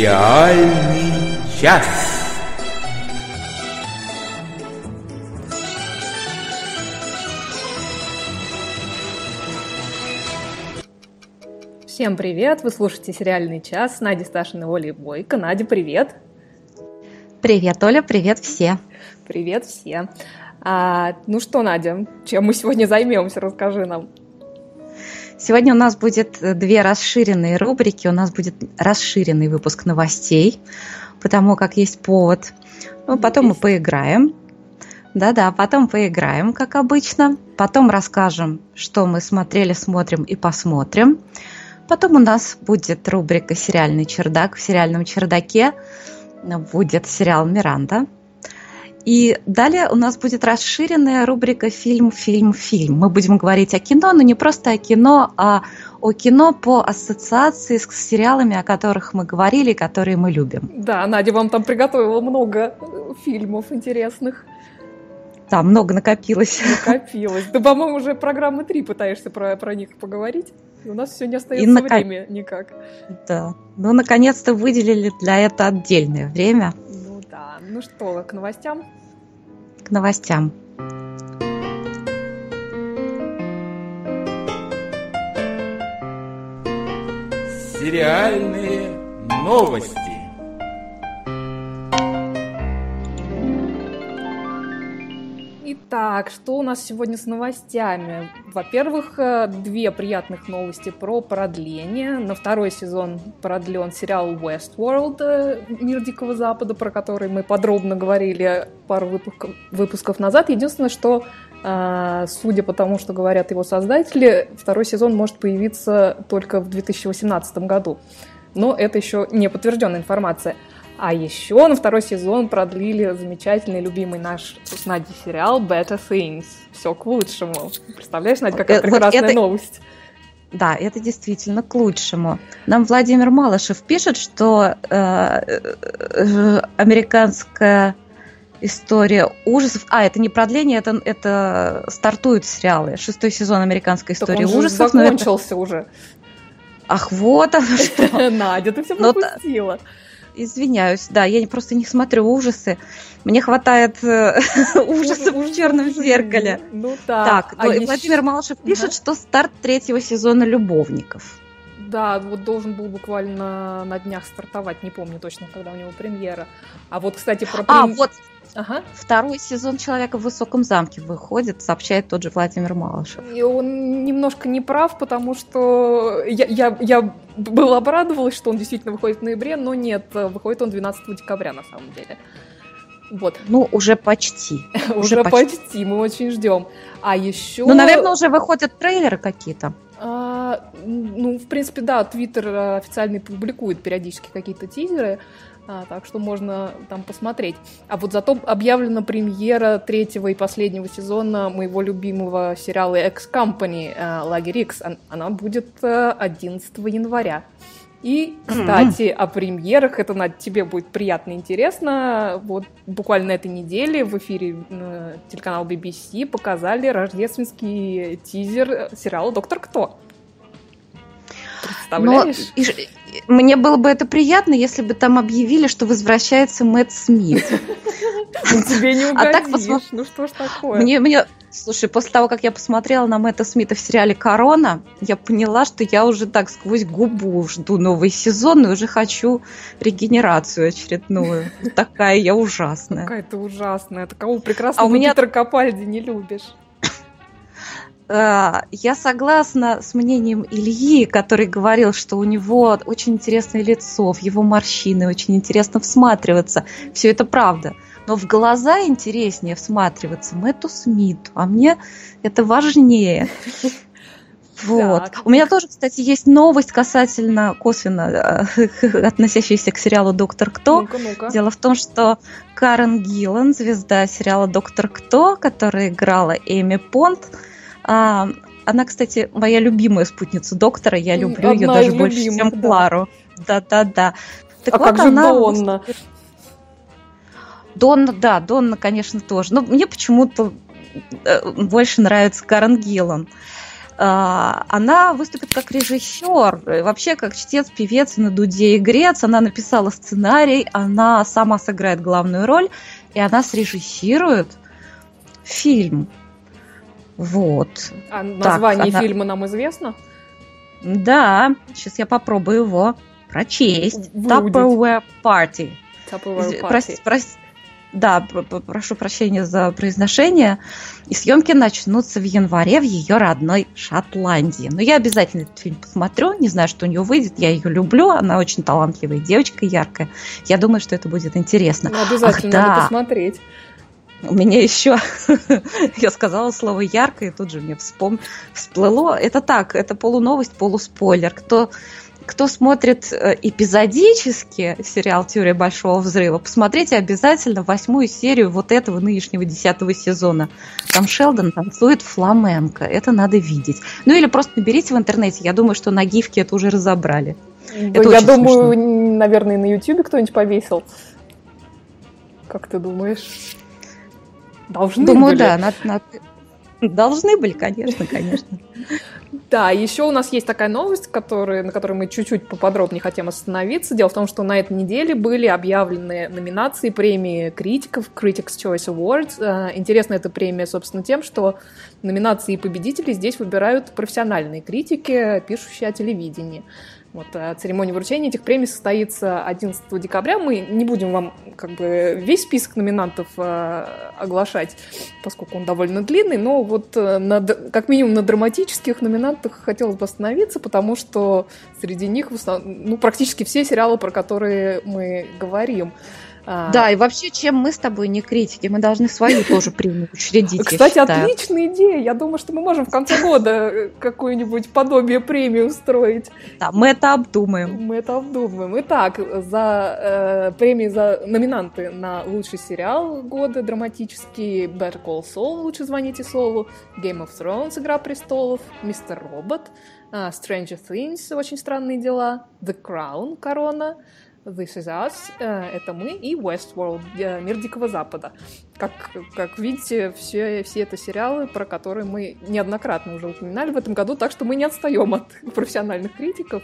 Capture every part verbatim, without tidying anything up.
Сериальный час. Всем привет! Вы слушаете «Сериальный час» с Надей Сташиной, Олей Бойко. Надя, привет! Привет, Оля, привет все! Привет все! А, ну что, Надя, чем мы сегодня займемся? Расскажи нам. Сегодня у нас будет две расширенные рубрики. У нас будет расширенный выпуск новостей, потому как есть повод. Ну, потом есть. Мы поиграем. Да-да, потом поиграем, как обычно. Потом расскажем, что мы смотрели, смотрим и посмотрим. Потом у нас будет рубрика «Сериальный чердак». В «Сериальном чердаке» будет сериал «Миранда». И далее у нас будет расширенная рубрика «Фильм, фильм, фильм». Мы будем говорить о кино, но не просто о кино, а о кино по ассоциации с сериалами, о которых мы говорили, которые мы любим. Да, Надя вам там приготовила много фильмов интересных. Да, много накопилось. Накопилось. Ты, по-моему, уже программы три пытаешься про, про них поговорить. И у все не остается и время нако... никак. Да. Ну, наконец-то выделили для этого отдельное время. Ну да. Ну что, к новостям? К новостям. Сериальные новости. Итак, что у нас сегодня с новостями? Во-первых, две приятных новости про продление. На второй сезон продлен сериал Westworld, Мир Дикого Запада, про который мы подробно говорили пару выпусков, выпусков назад. Единственное, что, судя по тому, что говорят его создатели, второй сезон может появиться только в две тысячи восемнадцатом году. Но это еще не подтвержденная информация. А еще на второй сезон продлили замечательный, любимый наш с Надей сериал Better Things. Все к лучшему. Представляешь, Надя, какая прекрасная вот это... новость. Да, это действительно к лучшему. Нам Владимир Малышев пишет, что э, э, американская история ужасов... А, это не продление, это, это стартуют сериалы. Шестой сезон американской истории так он ужасов. Же закончился это... уже. Ах, вот оно что. Надя, ты все пропустила. Извиняюсь, да, я просто не смотрю ужасы. Мне хватает э, ужасов в черном зеркале. Ну да. Так, а ну, еще... Владимир Малышев пишет, ага. что старт третьего сезона «Любовников». Да, вот должен был буквально на днях стартовать, не помню точно, когда у него премьера. А вот, кстати, про... А, вот ага. второй сезон «Человека в высоком замке» выходит, сообщает тот же Владимир Малышев. И он немножко не прав, потому что я, я, я была обрадовалась, что он действительно выходит в ноябре, но нет, выходит он двенадцатого декабря на самом деле. Вот. Ну, уже почти. Уже почти, мы очень ждем. А еще... Ну, наверное, уже выходят трейлеры какие-то. А, ну, в принципе, да, Твиттер официально публикует периодически какие-то тизеры, а, так что можно там посмотреть. А вот зато объявлена премьера третьего и последнего сезона моего любимого сериала X-Company «Лагерь Икс». Она будет одиннадцатого января. И, кстати, mm-hmm. о премьерах, это, Надь, тебе будет приятно и интересно. Вот буквально на этой неделе в эфире э, телеканала би би си показали рождественский тизер сериала «Доктор Кто». Представляешь? Но, и, мне было бы это приятно, если бы там объявили, что возвращается Мэтт Смит. Тебе не угодишь, ну что ж такое? Мне... Слушай, после того, как я посмотрела на Мэтта Смита в сериале «Корона», я поняла, что я уже так сквозь губу жду новый сезон и уже хочу регенерацию очередную. Такая я ужасная. Какая ты ужасная. Ты кого прекрасного а у меня... Питера Капальди не любишь? Я согласна с мнением Ильи, который говорил, что у него очень интересное лицо, в его морщины очень интересно всматриваться. Все это правда. Но в глаза интереснее всматриваться Мэтту Смиту, а мне это важнее. Вот. У меня тоже, кстати, есть новость касательно косвенно относящаяся к сериалу «Доктор Кто». Ну-ка, ну-ка. Дело в том, что Карен Гиллан, звезда сериала «Доктор Кто», которая играла Эми Понт, она, кстати, моя любимая спутница доктора, я люблю Одна ее даже больше, любимых, чем да. Клару. Да-да-да. Так а вот как же она... Донна? Донна, да, Донна, конечно, тоже. Но мне почему-то больше нравится Карен Гиллан. она выступит как режиссер, вообще как чтец, певец на дуде игрец. Она написала сценарий, она сама сыграет главную роль, и она срежиссирует фильм. Вот. А название так, она... фильма нам известно? Да, сейчас я попробую его прочесть. Выудить. Tupperware Party. Tupperware Party. Прости, прости. Да, прошу прощения за произношение. И съемки начнутся в январе в ее родной Шотландии. Но я обязательно этот фильм посмотрю. Не знаю, что у нее выйдет. Я ее люблю. Она очень талантливая девочка, яркая. Я думаю, что это будет интересно. Ну, обязательно Ах, надо да. посмотреть. У меня еще, я сказала слово «ярко», и тут же мне вспом... всплыло. Это так, это полуновость, полуспойлер. Кто, кто смотрит эпизодически сериал «Теория большого взрыва», посмотрите обязательно восьмую серию вот этого нынешнего десятого сезона. Там Шелдон танцует фламенко. Это надо видеть. Ну или просто наберите в интернете. Я думаю, что на гифке это уже разобрали. Это я думаю, смешно. Наверное, на Ютубе кто-нибудь повесил. Как ты думаешь? Должны Думаю, были. да. Надо, надо... Должны были, конечно, конечно. Да, еще у нас есть такая новость, который, на которой мы чуть-чуть поподробнее хотим остановиться. Дело в том, что на этой неделе были объявлены номинации премии критиков Critics' Choice Awards. Интересна эта премия, собственно, тем, что номинации победителей здесь выбирают профессиональные критики, пишущие о телевидении. Вот, церемония вручения этих премий состоится одиннадцатого декабря. Мы не будем вам как бы весь список номинантов э, оглашать, поскольку он довольно длинный, но вот э, на, как минимум на драматических номинантах хотелось бы остановиться, потому что среди них в основном, ну, практически все сериалы, про которые мы говорим. Да, и вообще, чем мы с тобой не критики, мы должны свою тоже премию учредить. Кстати, отличная идея. Я думаю, что мы можем в конце года какое-нибудь подобие премии устроить. Да, мы это обдумаем. Мы это обдумаем. Итак, за э, премии за номинанты на лучший сериал года драматический Better Call Saul, лучше звоните Солу, Game of Thrones, Игра престолов, Мистер Робот, uh, Stranger Things, Очень странные дела, The Crown, Корона, This Is Us, это мы, и Westworld, Мир Дикого Запада. Как, как видите, все, все это сериалы, про которые мы неоднократно уже упоминали в этом году, так что мы не отстаем от профессиональных критиков.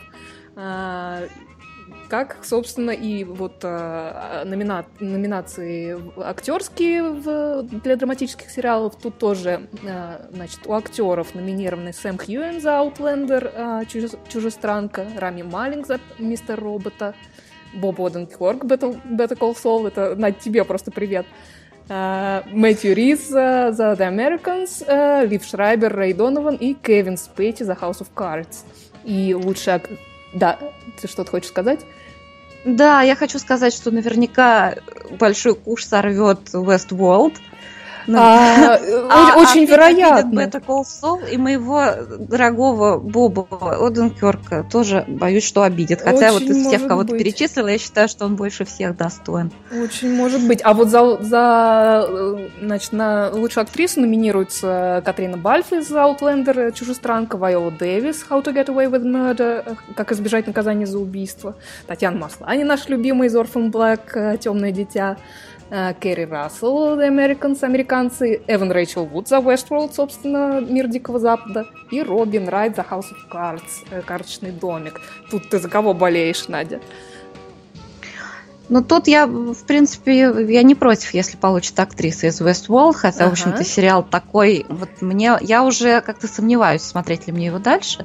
Как, собственно, и вот номина... номинации актерские в... для драматических сериалов. Тут тоже, значит, у актеров номинированы Сэм Хьюэн за Outlander, Чужестранка, Рами Малинг за Мистер Робота, Боб Оденкёрк, Better, Better Call Saul, это, Надь, тебе просто привет. Uh, Мэтью Рис uh, за The Americans, uh, Лив Шрайбер, Рэй Донован и Кевин Спейси за House of Cards. И лучше... Да, ты что-то хочешь сказать? Да, я хочу сказать, что наверняка большой куш сорвет Westworld. А, а, очень а вероятно. Better Call Saul, и моего дорогого Боба Оденкёрка тоже боюсь, что обидит. Хотя очень вот из всех, кого ты перечислила, я считаю, что он больше всех достоин. Очень может быть. А вот за, за значит, на лучшую актрису номинируются Катрина Бальф из Outlander, Чужестранка, Вайола Дэвис, How to Get Away with Murder, Как избежать наказания за убийство, Татьяна Маслани, наш любимый из Orphan Black, Темное дитя, Кэрри Рассел, The Americans, американцы, Эван Рэйчел Вуд за Westworld, собственно, Мир Дикого Запада, и Робин Райт за House of Cards, Карточный домик. Тут ты за кого болеешь, Надя? Ну, тут я, в принципе, я не против, если получит актриса из Westworld, хотя, ага. в общем-то, сериал такой, вот мне, я уже как-то сомневаюсь, смотреть ли мне его дальше.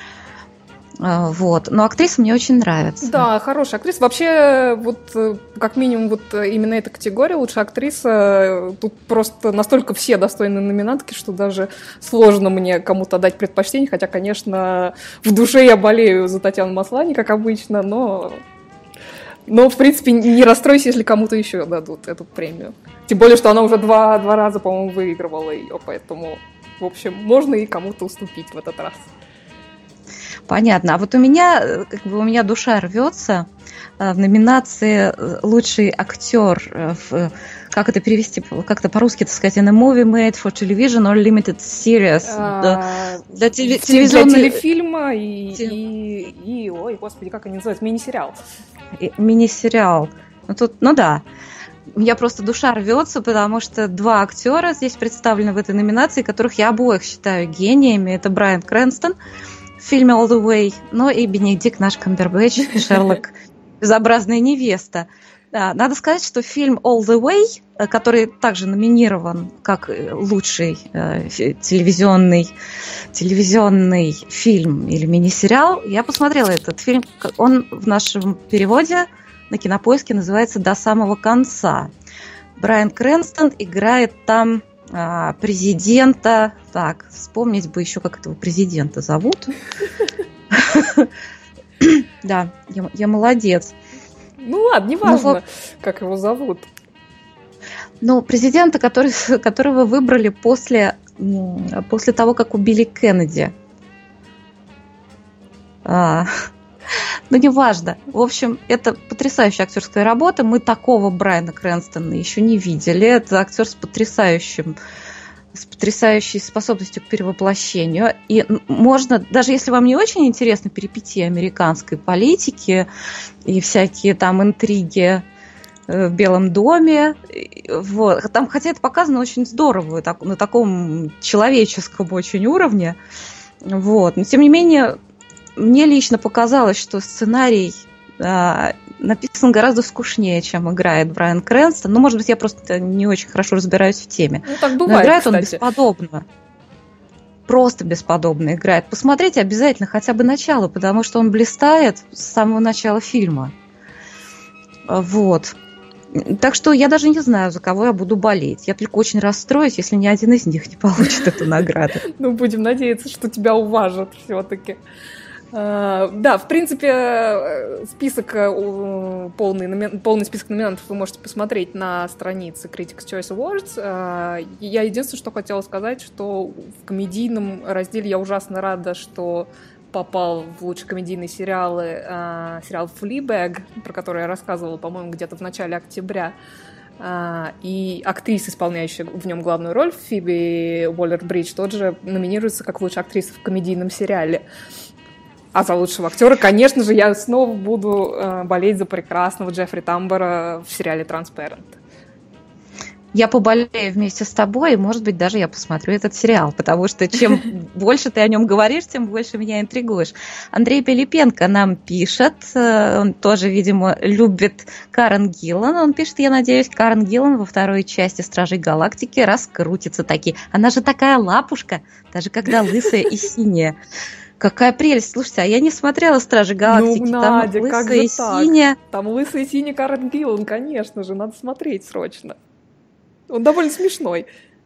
Вот. Но актриса мне очень нравится. Да, хорошая актриса. Вообще, вот как минимум, вот именно эта категория лучшая актриса, тут просто настолько все достойны номинантки, что даже сложно мне кому-то дать предпочтение, хотя, конечно, в душе я болею за Татьяну Маслани, как обычно, но... Но, в принципе, не расстройся, если кому-то еще дадут эту премию. Тем более, что она уже два, два раза, по-моему, выигрывала ее, поэтому, в общем, можно и кому-то уступить в этот раз. Понятно. А вот у меня, как бы у меня душа рвется в номинации «Лучший актер», в, как это перевести, как это по-русски, так сказать, in a movie made for television or limited series. А, да, для, теле, для телефильма и, Тел... и, и, ой, господи, как они называются, мини-сериал. И, мини-сериал. Ну, тут, ну да. у меня просто душа рвется, потому что два актера здесь представлены в этой номинации, которых я обоих считаю гениями. Это Брайан Крэнстон в фильме «All the Way», но и Бенедикт наш Камбербэтч, Шерлок, безобразная невеста. Да, надо сказать, что фильм «All the Way», который также номинирован как лучший э, телевизионный, телевизионный фильм или мини-сериал, я посмотрела этот фильм. Он в нашем переводе на Кинопоиске называется «До самого конца». Брайан Крэнстон играет там а, президента. Так, вспомнить бы еще, как этого президента зовут. Да, я молодец. Ну ладно, неважно, как его зовут. Ну, президента, который, которого выбрали после, после того, как убили Кеннеди. А, ну, неважно. В общем, это потрясающая актерская работа. Мы такого Брайана Крэнстона еще не видели. Это актер с потрясающим с потрясающей способностью к перевоплощению. И можно, даже если вам не очень интересны перипетии американской политики и всякие там интриги в Белом доме, вот, там, хотя это показано очень здорово, так, на таком человеческом очень уровне, вот, но тем не менее мне лично показалось, что сценарий а, написан гораздо скучнее, чем играет Брайан Крэнстон. Ну, может быть, я просто не очень хорошо разбираюсь в теме. Ну, так бывает, но играет кстати. Он бесподобно. Просто бесподобно играет. Посмотрите обязательно хотя бы начало, потому что он блистает с самого начала фильма. Вот. Так что я даже не знаю, за кого я буду болеть. Я только очень расстроюсь, если ни один из них не получит эту награду. Ну, будем надеяться, что тебя уважат все-таки. Uh, да, в принципе, список, полный, полный список номинантов вы можете посмотреть на странице Critics' Choice Awards. Uh, я единственное, что хотела сказать, что в комедийном разделе я ужасно рада, что попал в лучшие комедийные сериалы uh, сериал «Fleabag», про который я рассказывала, по-моему, где-то в начале октября. Uh, и актриса, исполняющая в нем главную роль, Фиби Уоллер-Бридж, тоже номинируется как лучшая актриса в комедийном сериале. А за лучшего актера, конечно же, я снова буду э, болеть за прекрасного Джеффри Тамбора в сериале «Транспарент». Я поболею вместе с тобой, и, может быть, даже я посмотрю этот сериал, потому что чем больше ты о нем говоришь, тем больше меня интригуешь. Андрей Пилипенко нам пишет, он тоже, видимо, любит Карен Гиллан. Он пишет: я надеюсь, Карен Гиллан во второй части «Стражей Галактики» раскрутится таки. Она же такая лапушка, даже когда лысая и синяя. Какая прелесть. Слушайте, а я не смотрела «Стражи Галактики». Ну, там Надя, лысая как же и так? синяя. Там лысая и синяя Карен Гиллан, конечно же. Надо смотреть срочно. Он довольно смешной.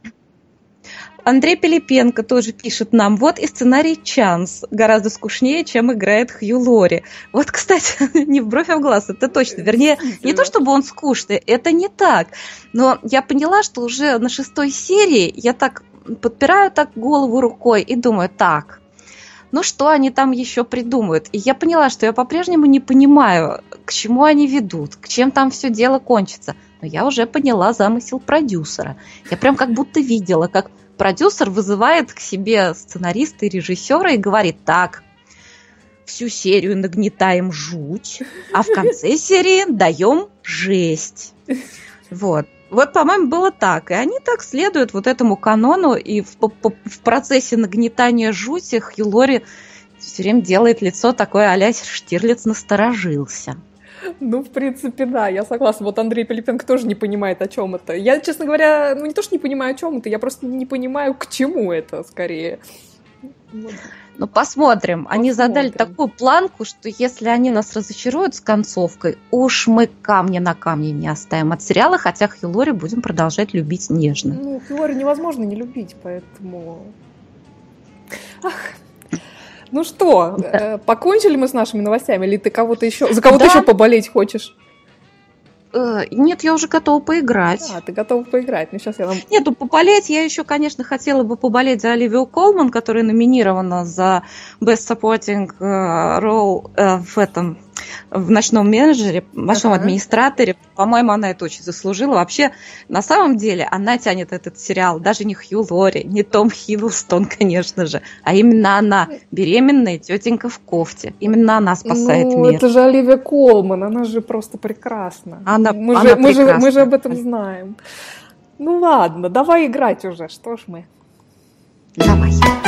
Андрей Пилипенко тоже пишет нам: вот и сценарий «Чанс» гораздо скучнее, чем играет Хью Лори. Вот, кстати, не в бровь, а в глаз, это точно. Вернее, не то чтобы он скучный, это не так. Но я поняла, что уже на шестой серии я так подпираю так голову рукой и думаю: так, ну что они там еще придумают? И я поняла, что я по-прежнему не понимаю, к чему они ведут, к чем там все дело кончится. Но я уже поняла замысел продюсера. Я прям как будто видела, как продюсер вызывает к себе сценариста и режиссера и говорит: так, всю серию нагнетаем жуть, а в конце серии даем жесть. Вот. Вот, по-моему, было так. И они так следуют вот этому канону, и в, в процессе нагнетания жути Хью Лори все время делает лицо такое а-ля Штирлиц насторожился. Ну, в принципе, да, я согласна. Вот Андрей Пилипенко тоже не понимает, о чем это. Я, честно говоря, ну не то, что не понимаю, о чем это, я просто не понимаю, к чему это, скорее. Ну, посмотрим. Они посмотрим. Задали такую планку, что если они нас разочаруют с концовкой, уж мы камня на камне не оставим от сериала, хотя Хью Лори будем продолжать любить нежно. Ну, Хью Лори невозможно не любить, поэтому... Ах... Ну что, да. Покончили мы с нашими новостями, или ты кого-то еще, за кого-то да. еще поболеть хочешь? Нет, я уже готова поиграть. А, ты готова поиграть. Ну, сейчас я вам... Нет, ну, поболеть я еще, конечно, хотела бы поболеть за Оливию Колман, которая номинирована за Best Supporting Role в этом, в «Ночном менеджере», в «Ночном Ага. администраторе». По-моему, она это очень заслужила. Вообще, на самом деле, она тянет этот сериал. Даже не Хью Лори, не Том Хиддлстон, конечно же, а именно она, беременная тетенька в кофте. Именно она спасает ну, мир. это же Оливия Колман, она же просто прекрасна. Она, мы, она же, мы, же, мы прекрасна. же об этом знаем. Ну ладно, давай играть уже, что ж мы. Давай.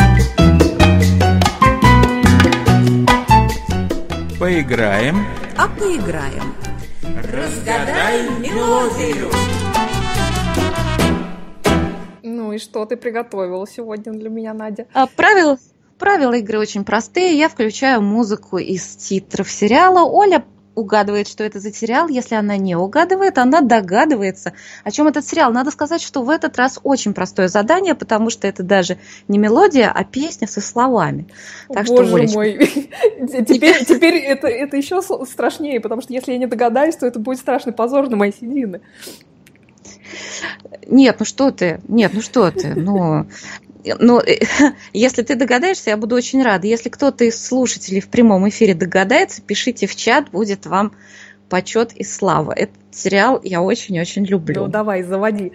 Поиграем. А поиграем. Разгадай мелодию. Ну и что ты приготовила сегодня для меня, Надя? А, правила, правила игры очень простые. Я включаю музыку из титров сериала. Оля угадывает, что это за сериал. Если она не угадывает, она догадывается, о чем этот сериал. Надо сказать, что в этот раз очень простое задание, потому что это даже не мелодия, а песня со словами. Так Боже что, Олечка, мой, теперь, теперь это, это еще страшнее, потому что если я не догадаюсь, то это будет страшный позор на мои седины. Нет, ну что ты, нет, ну что ты, ну... Ну, если ты догадаешься, я буду очень рада. Если кто-то из слушателей в прямом эфире догадается, пишите в чат, будет вам почет и слава. Этот сериал я очень-очень люблю. Ну, давай, заводи.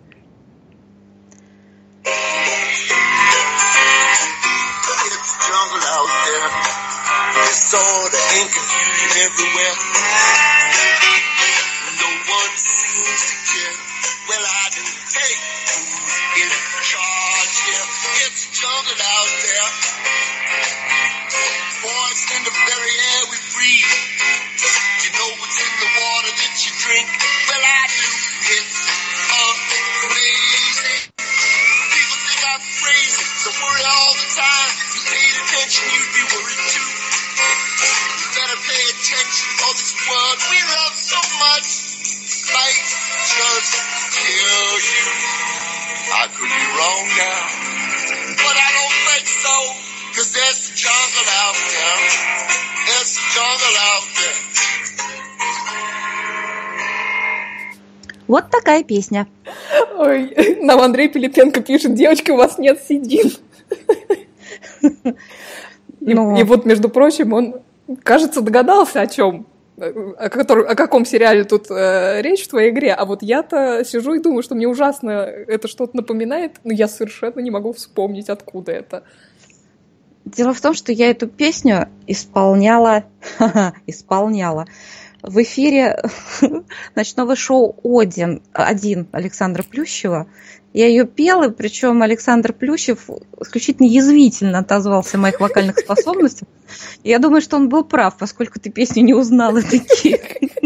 Jungle out there, poison in the very air we breathe. You know what's in the water that you drink? Well, I do. It's amazing. People think I'm crazy, so worry all the time. If you paid attention, you'd be worried too. You better pay attention, for this world we love so much might just kill you. I could be wrong now, but I don't think so, 'cause there's a jungle out there, there's a jungle out there. Вот такая песня. Ой, нам Андрей Пилипенко пишет: девочки, у вас нет седин. И, Ну. и вот, между прочим, он, кажется, догадался, о чем, о, который, о каком сериале тут э, речь в твоей игре, а вот я-то сижу и думаю, что мне ужасно это что-то напоминает, но я совершенно не могу вспомнить, откуда это. Дело в том, что я эту песню исполняла, исполняла в эфире ночного шоу «Один», один Александра Плющева. Я ее пела, причем Александр Плющев исключительно язвительно отозвался о моих вокальных способностях. И я думаю, что он был прав, поскольку ты песню не узнала такие.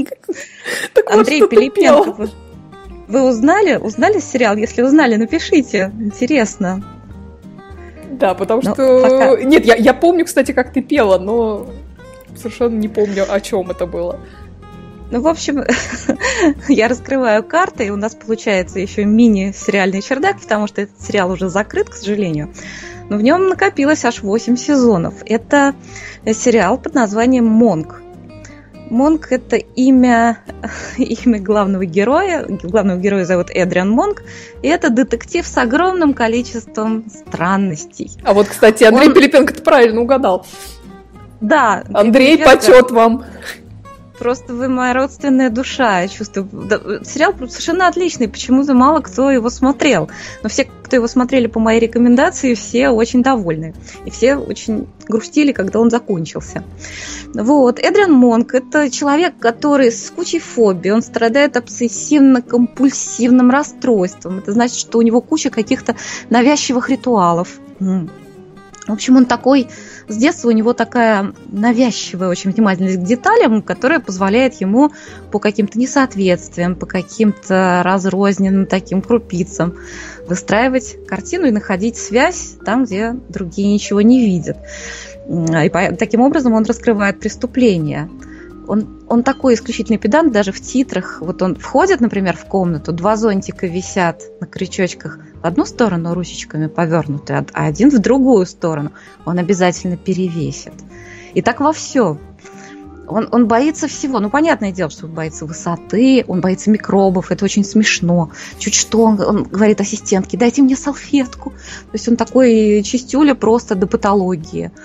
Андрей Пилипенко, вы, вы узнали? Узнали сериал? Если узнали, напишите. Интересно. Да, потому Ну, что... пока- Нет, я, я помню, кстати, как ты пела, но совершенно не помню, о чем это было. Ну, в общем, я раскрываю карты, и у нас получается еще мини-сериальный чердак, потому что этот сериал уже закрыт, к сожалению. Но в нем накопилось аж восемь сезонов. Это сериал под названием «Монк». Монк – это имя, имя главного героя. Главного героя зовут Эдриан Монк. И это детектив с огромным количеством странностей. А вот, кстати, Андрей Он- Пилипенко ты правильно угадал. Да, Андрей, Пилипенко- почет вам. Просто вы моя родственная душа, я чувствую. Да, сериал совершенно отличный, почему-то мало кто его смотрел. Но все, кто его смотрели по моей рекомендации, все очень довольны. И все очень грустили, когда он закончился. Вот. Эдриан Монк – это человек, который с кучей фобий. Он страдает обсессивно-компульсивным расстройством. Это значит, что у него куча каких-то навязчивых ритуалов. М. В общем, он такой... С детства у него такая навязчивая очень внимательность к деталям, которая позволяет ему по каким-то несоответствиям, по каким-то разрозненным таким крупицам выстраивать картину и находить связь там, где другие ничего не видят. И по- таким образом он раскрывает преступления. Он, он такой исключительный педант, даже в титрах. Вот он входит, например, в комнату, два зонтика висят на крючочках в одну сторону ручечками повернуты, а а один в другую сторону. Он обязательно перевесит. И так во всем. Он, он боится всего. Ну, понятное дело, что он боится высоты, он боится микробов. Это очень смешно. Чуть что, он, он говорит ассистентке: дайте мне салфетку. То есть он такой чистюля просто до патологии.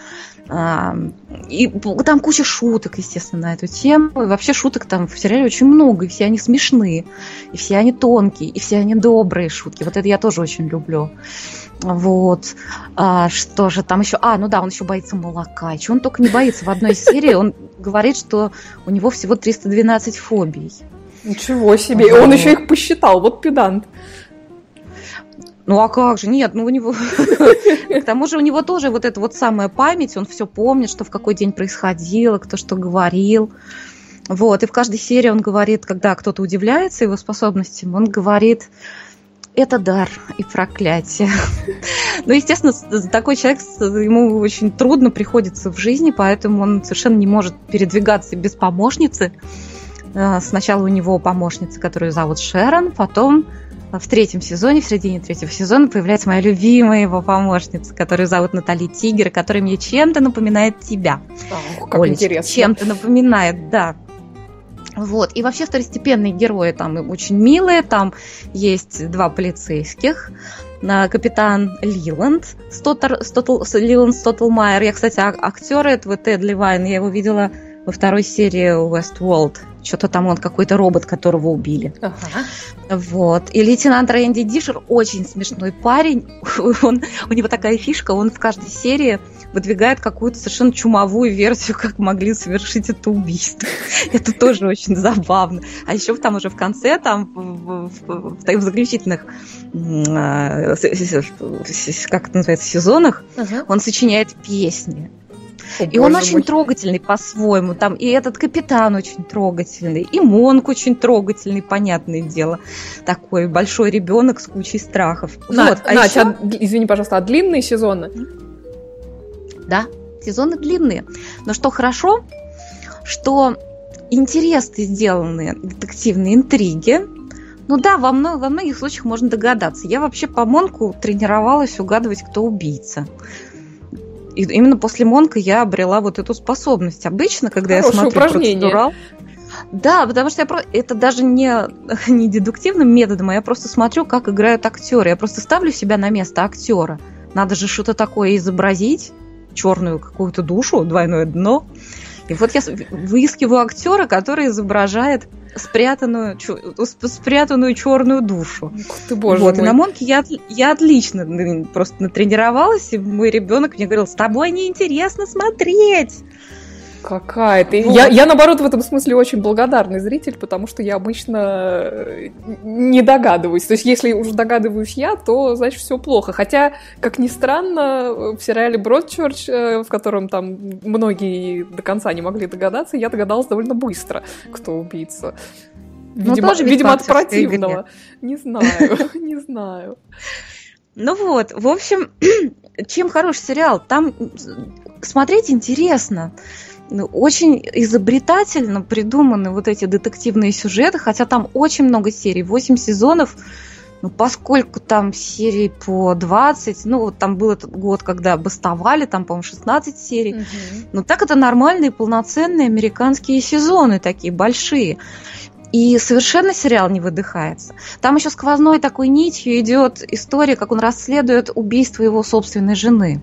И там куча шуток, естественно, на эту тему. И вообще шуток там в сериале очень много, и все они смешные, и все они тонкие, и все они добрые шутки. Вот это я тоже очень люблю. Вот. А, что же там еще? А, ну да, он еще боится молока. Чего он только не боится. В одной серии он говорит, что у него всего триста двенадцать фобий. Ничего себе. Вот. Он еще их посчитал. Вот педант. Ну а как же? Нет, ну у него... К тому же у него тоже вот эта вот самая память, он все помнит, что в какой день происходило, кто что говорил. Вот, и в каждой серии он говорит, когда кто-то удивляется его способностям, он говорит, это дар и проклятие. Ну, естественно, такой человек, ему очень трудно приходится в жизни, поэтому он совершенно не может передвигаться без помощницы. Сначала у него помощница, которую зовут Шерон, потом... В третьем сезоне, в середине третьего сезона появляется моя любимая его помощница, которую зовут Натали Тигер, которая мне чем-то напоминает тебя. Ох, как Олечка, интересно. Чем-то напоминает, да. Вот. И вообще второстепенные герои там очень милые. Там есть два полицейских. Капитан Лиланд Стоттер, Стоттл, Лиланд Стотлмайер. Я, кстати, актер этого Тед Левайн, я его видела во второй серии Westworld. Что-то там он какой-то робот, которого убили. Ага. Вот. И лейтенант Рэнди Дишер очень смешной парень. Он, у него такая фишка, он в каждой серии выдвигает какую-то совершенно чумовую версию, как могли совершить это убийство. Это тоже очень забавно. А еще там уже в конце, там в, в, в, в заключительных, как это называется, сезонах, ага. он сочиняет песни. О, и он очень мой. трогательный по-своему. Там и этот капитан очень трогательный, и Монк очень трогательный, понятное дело. Такой большой ребенок с кучей страхов. На, вот. а Надь, еще... а, извини, пожалуйста, а длинные сезоны? Да, сезоны длинные. Но что хорошо, что интересно сделаны детективные интриги. Ну да, во, много, во многих случаях можно догадаться. Я вообще по Монку тренировалась угадывать, кто убийца. И именно после Монка я обрела вот эту способность. Обычно, когда Хорошее я смотрю процедурал... Да, потому что я про... это даже не, не дедуктивным методом, а я просто смотрю, как играют актеры. Я просто ставлю себя на место актера. Надо же что-то такое изобразить, черную какую-то душу, двойное дно. И вот я выискиваю актера, который изображает спрятанную, спрятанную черную душу. Ты, боже вот, мой. И на Монке я, я отлично просто натренировалась, и мой ребенок мне говорил, с тобой неинтересно смотреть. Какая ты. Вот. Я, я, наоборот, в этом смысле очень благодарный зритель, потому что я обычно не догадываюсь. То есть, если уж догадываюсь я, то, значит, все плохо. Хотя, как ни странно, в сериале Бродчерч, в котором там многие до конца не могли догадаться, я догадалась довольно быстро, кто убийца. Видимо, тоже видимо от противного. Не знаю, не знаю. Ну вот, в общем, чем хороший сериал? Там смотреть интересно. Очень изобретательно придуманы вот эти детективные сюжеты, хотя там очень много серий, восемь сезонов, ну, поскольку там серий по двадцать, ну, вот там был этот год, когда бастовали, там, по-моему, шестнадцать серий, угу. Но так это нормальные, полноценные американские сезоны, такие большие. И совершенно сериал не выдыхается. Там еще сквозной такой нитью идет история, как он расследует убийство его собственной жены.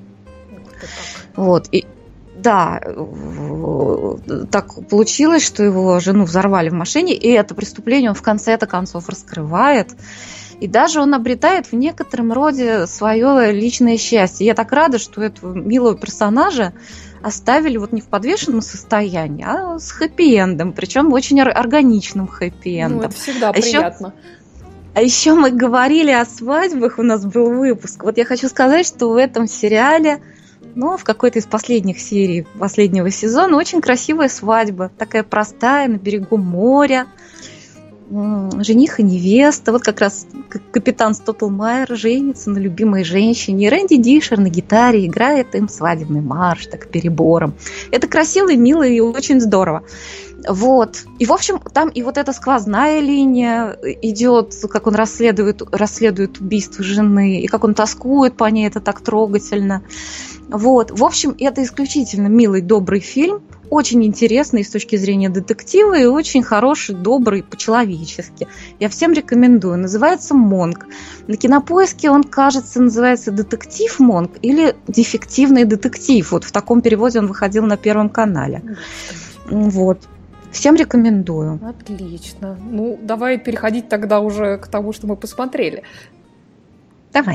Вот, и да, так получилось, что его жену взорвали в машине, и это преступление он в конце-то концов раскрывает. И даже он обретает в некотором роде свое личное счастье. Я так рада, что этого милого персонажа оставили вот не в подвешенном состоянии, а с хэппи-эндом, причем очень органичным хэппи-эндом. Ну, это всегда а приятно. Еще, а еще мы говорили о свадьбах, у нас был выпуск. Вот я хочу сказать, что в этом сериале, ну, в какой-то из последних серий последнего сезона очень красивая свадьба. Такая простая, на берегу моря. Жених и невеста. Вот как раз капитан Стотлмайер женится на любимой женщине. И Рэнди Дишер на гитаре играет им свадебный марш, так перебором. Это красиво, мило и очень здорово. Вот. И, в общем, там и вот эта сквозная линия идет, как он расследует, расследует убийство жены, и как он тоскует по ней, это так трогательно. Вот. В общем, это исключительно милый, добрый фильм, очень интересный с точки зрения детектива и очень хороший, добрый по-человечески. Я всем рекомендую. Называется «Монк». На Кинопоиске он, кажется, называется «Детектив Монк» или «Дефективный детектив». Вот в таком переводе он выходил на Первом канале. Вот. Всем рекомендую. Отлично. Ну, давай переходить тогда уже к тому, что мы посмотрели. Давай.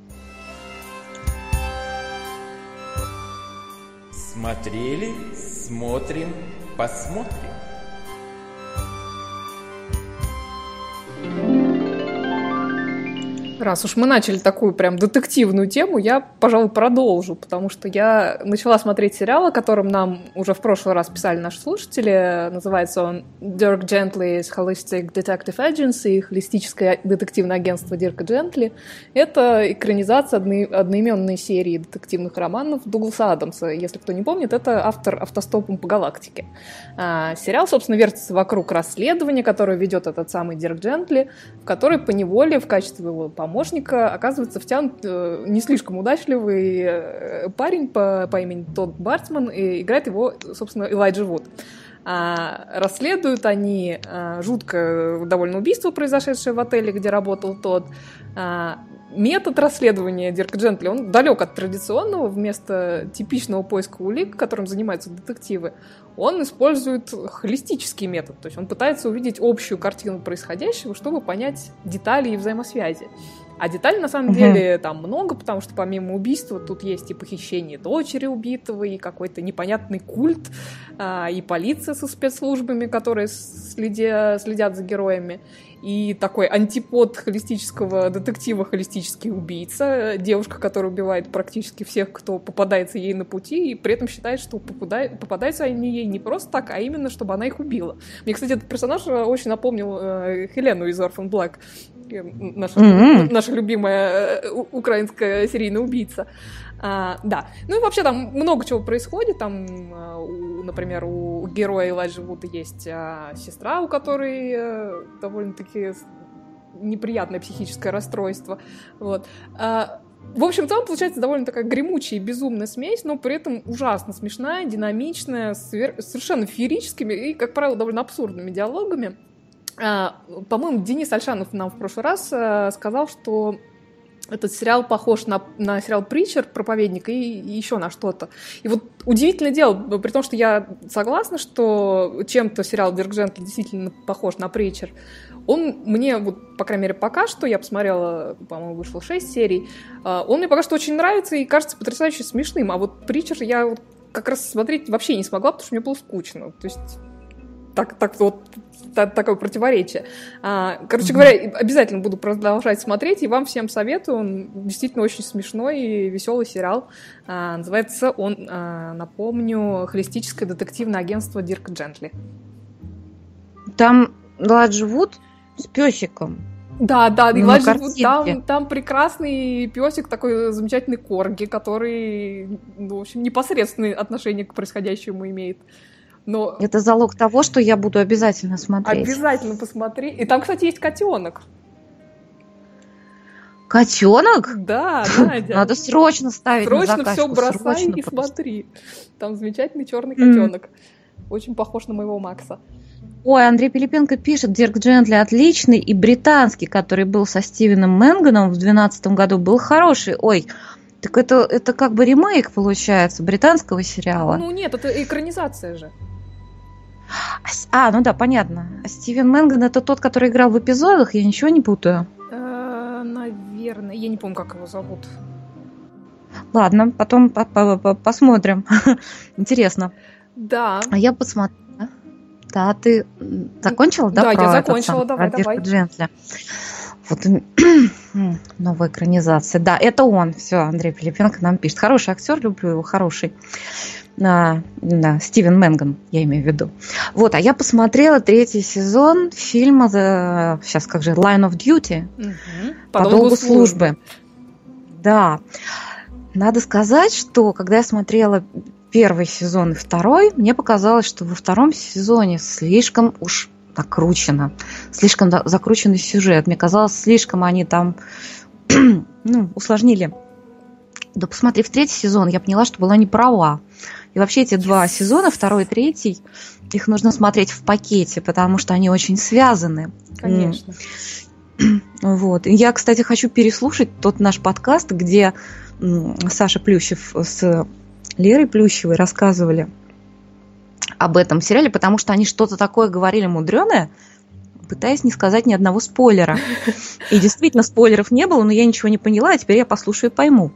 Смотрели, смотрим, посмотрим. Раз уж мы начали такую прям детективную тему, я, пожалуй, продолжу, потому что я начала смотреть сериал, о котором нам уже в прошлый раз писали наши слушатели. Называется он Dirk Gently's Holistic Detective Agency, холистическое детективное агентство Дирка Джентли. Это экранизация одно, одноименной серии детективных романов Дугласа Адамса. Если кто не помнит, это автор «Автостопом по галактике». А, сериал, собственно, вертится вокруг расследования, которое ведет этот самый Дирк Джентли, в который поневоле в качестве его помощника помощника оказывается втянут э, не слишком удачливый э, парень по, по имени Тодд Бартман, и играет его, собственно, Элайджа Вуд. А, расследуют они а, жуткое довольно убийство, произошедшее в отеле, где работал Тодд. А, метод расследования Дирка Джентли, он далек от традиционного. Вместо типичного поиска улик, которым занимаются детективы, он использует холистический метод. То есть он пытается увидеть общую картину происходящего, чтобы понять детали и взаимосвязи. А деталей на самом uh-huh. деле там много, потому что помимо убийства тут есть и похищение дочери убитого, и какой-то непонятный культ, а, и полиция со спецслужбами, которые следя, следят за героями, и такой антипод холистического детектива, холистический убийца, девушка, которая убивает практически всех, кто попадается ей на пути, и при этом считает, что попадают, попадаются они ей не просто так, а именно, чтобы она их убила. Мне, кстати, этот персонаж очень напомнил э, Хелену из Orphan Black, наша, mm-hmm. наша любимая э, украинская серийная убийца. А, да. Ну и вообще там много чего происходит. Там, у, например, у героя Элайджа Вуда есть а, сестра, у которой а, довольно-таки неприятное психическое расстройство. Вот. А, в общем, там получается довольно такая гремучая и безумная смесь, но при этом ужасно смешная, динамичная, свер- совершенно феерическими и, как правило, довольно абсурдными диалогами. А, по-моему, Денис Альшанов нам в прошлый раз а, сказал, что этот сериал похож на, на сериал «Притчер», «Проповедник» и, и еще на что-то. И вот удивительное дело, при том, что я согласна, что чем-то сериал «Дирк Джентли» действительно похож на «Притчер», он мне, вот, по крайней мере, пока что, я посмотрела, по-моему, вышло шесть серий, он мне пока что очень нравится и кажется потрясающе смешным. А вот «Притчер» я вот как раз смотреть вообще не смогла, потому что мне было скучно. То есть так, так вот такое противоречие. Короче говоря, обязательно буду продолжать смотреть, и вам всем советую. Он действительно очень смешной и веселый сериал. Называется он, напомню, «Холистическое детективное агентство Дирка Джентли». Там Элайджа Вуд с песиком. Да, да, Элайджа Вуд, там, там прекрасный песик, такой замечательный корги, который, ну, в общем, непосредственное отношение к происходящему имеет. Но... Это залог того, что я буду обязательно смотреть. Обязательно посмотри. И там, кстати, есть котенок. Котенок? Да, Надя. Надо срочно ставить срочно на закачку. Срочно все бросай срочно и просто. Смотри. Там замечательный черный котенок. Mm. Очень похож на моего Макса. Ой, Андрей Пилипенко пишет, Дирк Джентли отличный, и британский, который был со Стивеном Мэнганом в две тысячи двенадцатом году, был хороший. Ой, так это, это как бы ремейк, получается, британского сериала. Ну нет, это экранизация же. А, ну да, понятно. А Стивен Мэнган — это тот, который играл в эпизодах? Я ничего не путаю? Э, наверное. Я не помню, как его зовут. Ладно, потом посмотрим. Интересно. Да. А я посмотрела. Да, ты закончила, да? Да, про я закончила, сам, давай, про давай. Дирка Джентли. Вот новая экранизация. Да, это он. Все, Андрей Пилипенко нам пишет. Хороший актер, люблю его, хороший. А, да, Стивен Мэнган, я имею в виду. Вот, а я посмотрела третий сезон фильма The, сейчас как же, Line of Duty. Угу. По, По долгу службы. службы. Да. Надо сказать, что когда я смотрела первый сезон и второй, мне показалось, что во втором сезоне слишком уж накручено, слишком закрученный сюжет. Мне казалось, слишком они там ну, усложнили. Да посмотрев третий сезон, я поняла, что была не права. И вообще эти два сезона, второй и третий, их нужно смотреть в пакете, потому что они очень связаны. Конечно. Вот. Я, кстати, хочу переслушать тот наш подкаст, где Саша Плющев с Лерой Плющевой рассказывали об этом сериале, потому что они что-то такое говорили мудреное, пытаясь не сказать ни одного спойлера. И действительно, спойлеров не было, но я ничего не поняла, а теперь я послушаю и пойму.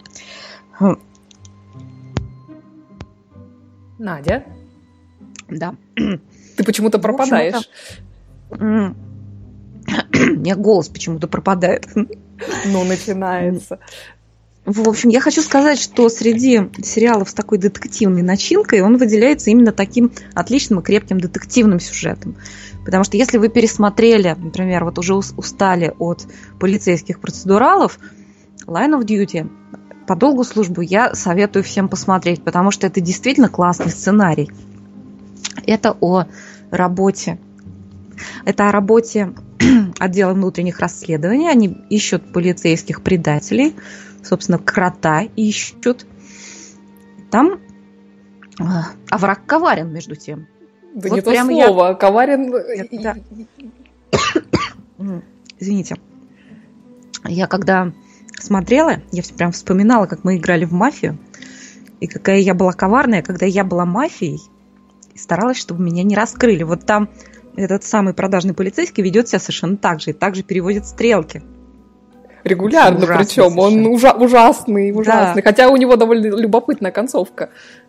Надя? Да. Ты почему-то пропадаешь. У меня голос почему-то пропадает. Ну, начинается. В общем, я хочу сказать, что среди сериалов с такой детективной начинкой он выделяется именно таким отличным и крепким детективным сюжетом. Потому что если вы пересмотрели, например, вот уже устали от полицейских процедуралов, Line of Duty, по долгу службы, я советую всем посмотреть, потому что это действительно классный сценарий. Это о работе. Это о работе отдела внутренних расследований. Они ищут полицейских предателей, собственно, крота ищут. Там а враг коварен, между тем. Да вот не то слово, я... коварен... Это... Извините. Я когда смотрела, я прям вспоминала, как мы играли в мафию, и какая я была коварная, когда я была мафией, и старалась, чтобы меня не раскрыли. Вот там этот самый продажный полицейский ведет себя совершенно так же, и также переводит стрелки. Регулярно, причем он ужа- ужасный, ужасный. Да. Хотя у него довольно любопытная концовка.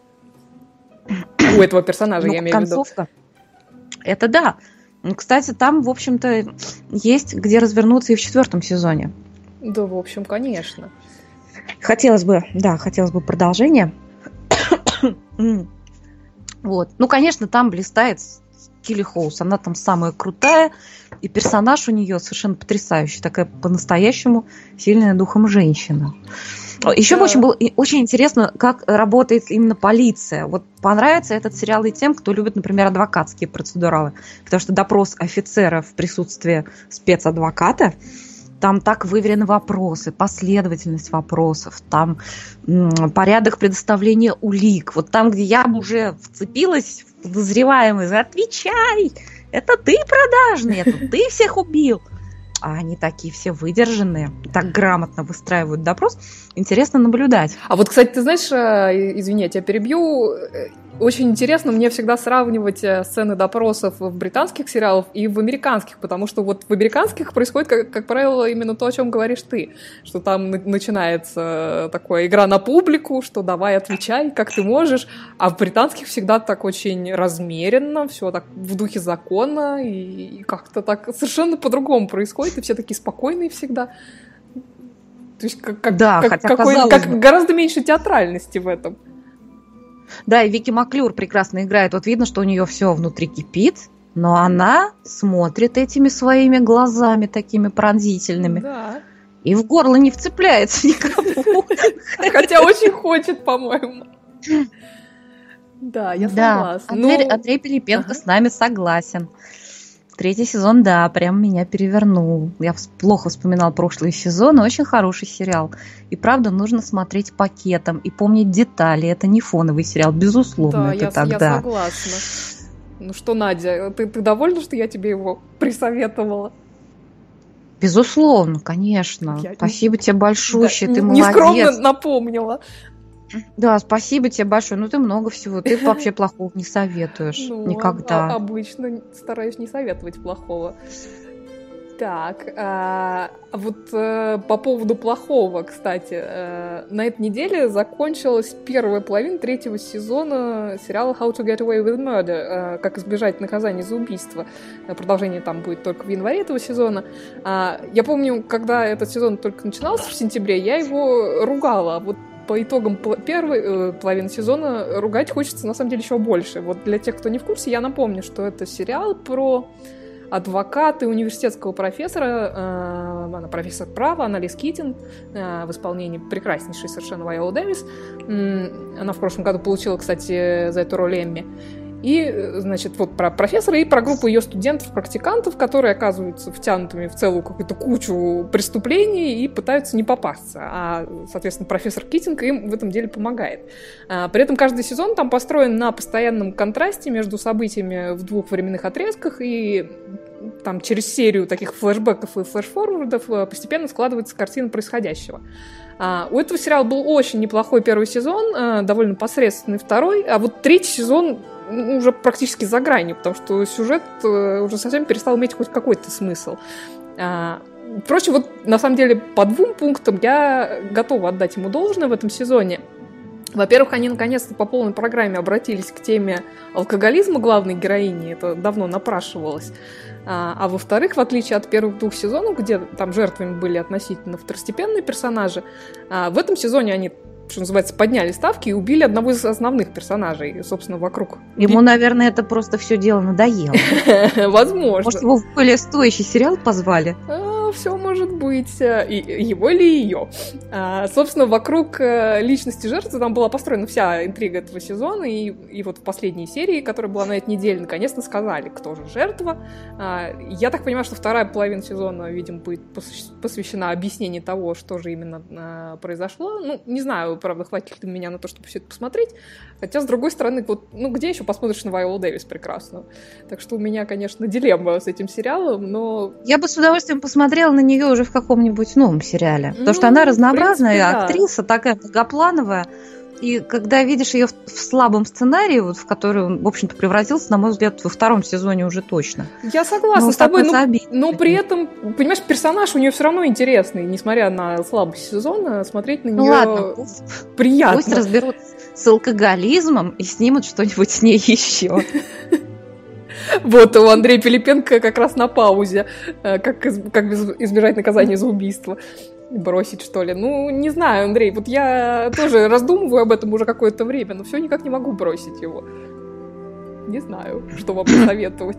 У этого персонажа, ну, я имею в виду. Концовка. Это да. Кстати, там, в общем-то, есть где развернуться и в четвертом сезоне. Да, в общем, конечно. Хотелось бы, да, хотелось бы продолжения. Вот. Ну, конечно, там блистает Килли Хоус. Она там самая крутая. И персонаж у нее совершенно потрясающий. Такая по-настоящему сильная духом женщина. Да. Еще очень было очень интересно, как работает именно полиция. Вот понравится этот сериал и тем, кто любит, например, адвокатские процедуралы. Потому что допрос офицера в присутствии спецадвоката, там так выверены вопросы, последовательность вопросов, там м- порядок предоставления улик. Вот там, где я уже вцепилась в подозреваемый, отвечай, это ты продажный, это ты всех убил. А они такие все выдержанные, так грамотно выстраивают допрос. Интересно наблюдать. А вот, кстати, ты знаешь, извини, я тебя перебью, очень интересно мне всегда сравнивать сцены допросов в британских сериалах и в американских, потому что вот в американских происходит, как, как правило, именно то, о чем говоришь ты, что там начинается такая игра на публику, что давай отвечай, как ты можешь, а в британских всегда так очень размеренно, все так в духе закона, и, и как-то так совершенно по-другому происходит, и все такие спокойные всегда. То есть как, как, да, как, хотя, какой, как гораздо меньше театральности в этом. Да, и Вики Маклюр прекрасно играет. Вот видно, что у нее все внутри кипит, но она смотрит этими своими глазами такими пронзительными. Да. И в горло не вцепляется никому. Хотя очень хочет, по-моему. Да, я согласна. Андрей Пилипенко с нами согласен. Третий сезон, да, прям меня перевернул. Я плохо вспоминал прошлые сезоны. Очень хороший сериал. И правда, нужно смотреть пакетом и помнить детали. Это не фоновый сериал, безусловно. Да, это я, тогда. я согласна. Ну что, Надя, ты, ты довольна, что я тебе его присоветовала? Безусловно, конечно. Я Спасибо не... тебе большое, да, ты молодец. Нескромно напомнила. Да, спасибо тебе большое. Ну, ты много всего. Ты вообще плохого не советуешь. Ну, никогда. А- обычно стараюсь не советовать плохого. Так, а, вот а, по поводу плохого, кстати. А, на этой неделе закончилась первая половина третьего сезона сериала How to Get Away with Murder. А, как избежать наказания за убийство. Продолжение там будет только в январе этого сезона. А, я помню, когда этот сезон только начинался в сентябре, я его ругала. Вот по итогам первой э, половины сезона ругать хочется, на самом деле, еще больше. Вот для тех, кто не в курсе, я напомню, что это сериал про адвоката и университетского профессора она профессор права, Анналис Китин, в исполнении прекраснейшей совершенно Вайолы Дэвис. Она в прошлом году получила, кстати, за эту роль Эмми. И, значит, вот про профессора и про группу ее студентов-практикантов, которые оказываются втянутыми в целую какую-то кучу преступлений и пытаются не попасться. А, соответственно, профессор Китинг им в этом деле помогает. При этом каждый сезон там построен на постоянном контрасте между событиями в двух временных отрезках, и там через серию таких флешбеков и флешфорвардов постепенно складывается картина происходящего. У этого сериала был очень неплохой первый сезон, довольно посредственный второй, а вот третий сезон уже практически за гранью, потому что сюжет уже совсем перестал иметь хоть какой-то смысл. Впрочем, вот на самом деле по двум пунктам я готова отдать ему должное в этом сезоне. Во-первых, они наконец-то по полной программе обратились к теме алкоголизма главной героини, это давно напрашивалось. А, а во-вторых, в отличие от первых двух сезонов, где там жертвами были относительно второстепенные персонажи, а, в этом сезоне они, что называется, подняли ставки и убили одного из основных персонажей, собственно, вокруг. Ему, наверное, это просто все дело надоело. Возможно. Может, его в более стоящий сериал позвали? Все может быть. И его или ее. А, собственно, вокруг личности жертвы там была построена вся интрига этого сезона, и, и вот в последней серии, которая была на этой неделе, наконец-то сказали, кто же жертва. А, я так понимаю, что вторая половина сезона, видимо, будет посвящена объяснению того, что же именно а, произошло. Ну, не знаю, правда, хватит ли меня на то, чтобы все это посмотреть. Хотя, с другой стороны, вот, ну, где еще посмотришь на Вайолу Дэвис прекрасно? Так что у меня, конечно, дилемма с этим сериалом, но... Я бы с удовольствием посмотрела на нее уже в каком-нибудь новом сериале. Потому ну, что она разнообразная, принципе, да. Актриса, такая многоплановая. И когда видишь ее в, в слабом сценарии, вот, в который он, в общем-то, превратился, на мой взгляд, во втором сезоне уже точно. Я согласна ну, с тобой, но, но при этом, понимаешь, персонаж у нее все равно интересный, несмотря на слабость сезона, смотреть на нее ну, ладно, пусть, приятно. Пусть разберут с алкоголизмом и снимут что-нибудь с ней еще. Вот, у Андрея Пилипенко как раз на паузе, как, из, как избежать наказания за убийство. Бросить, что ли? Ну, не знаю, Андрей, вот я тоже раздумываю об этом уже какое-то время, но все никак не могу бросить его. Не знаю, что вам посоветовать.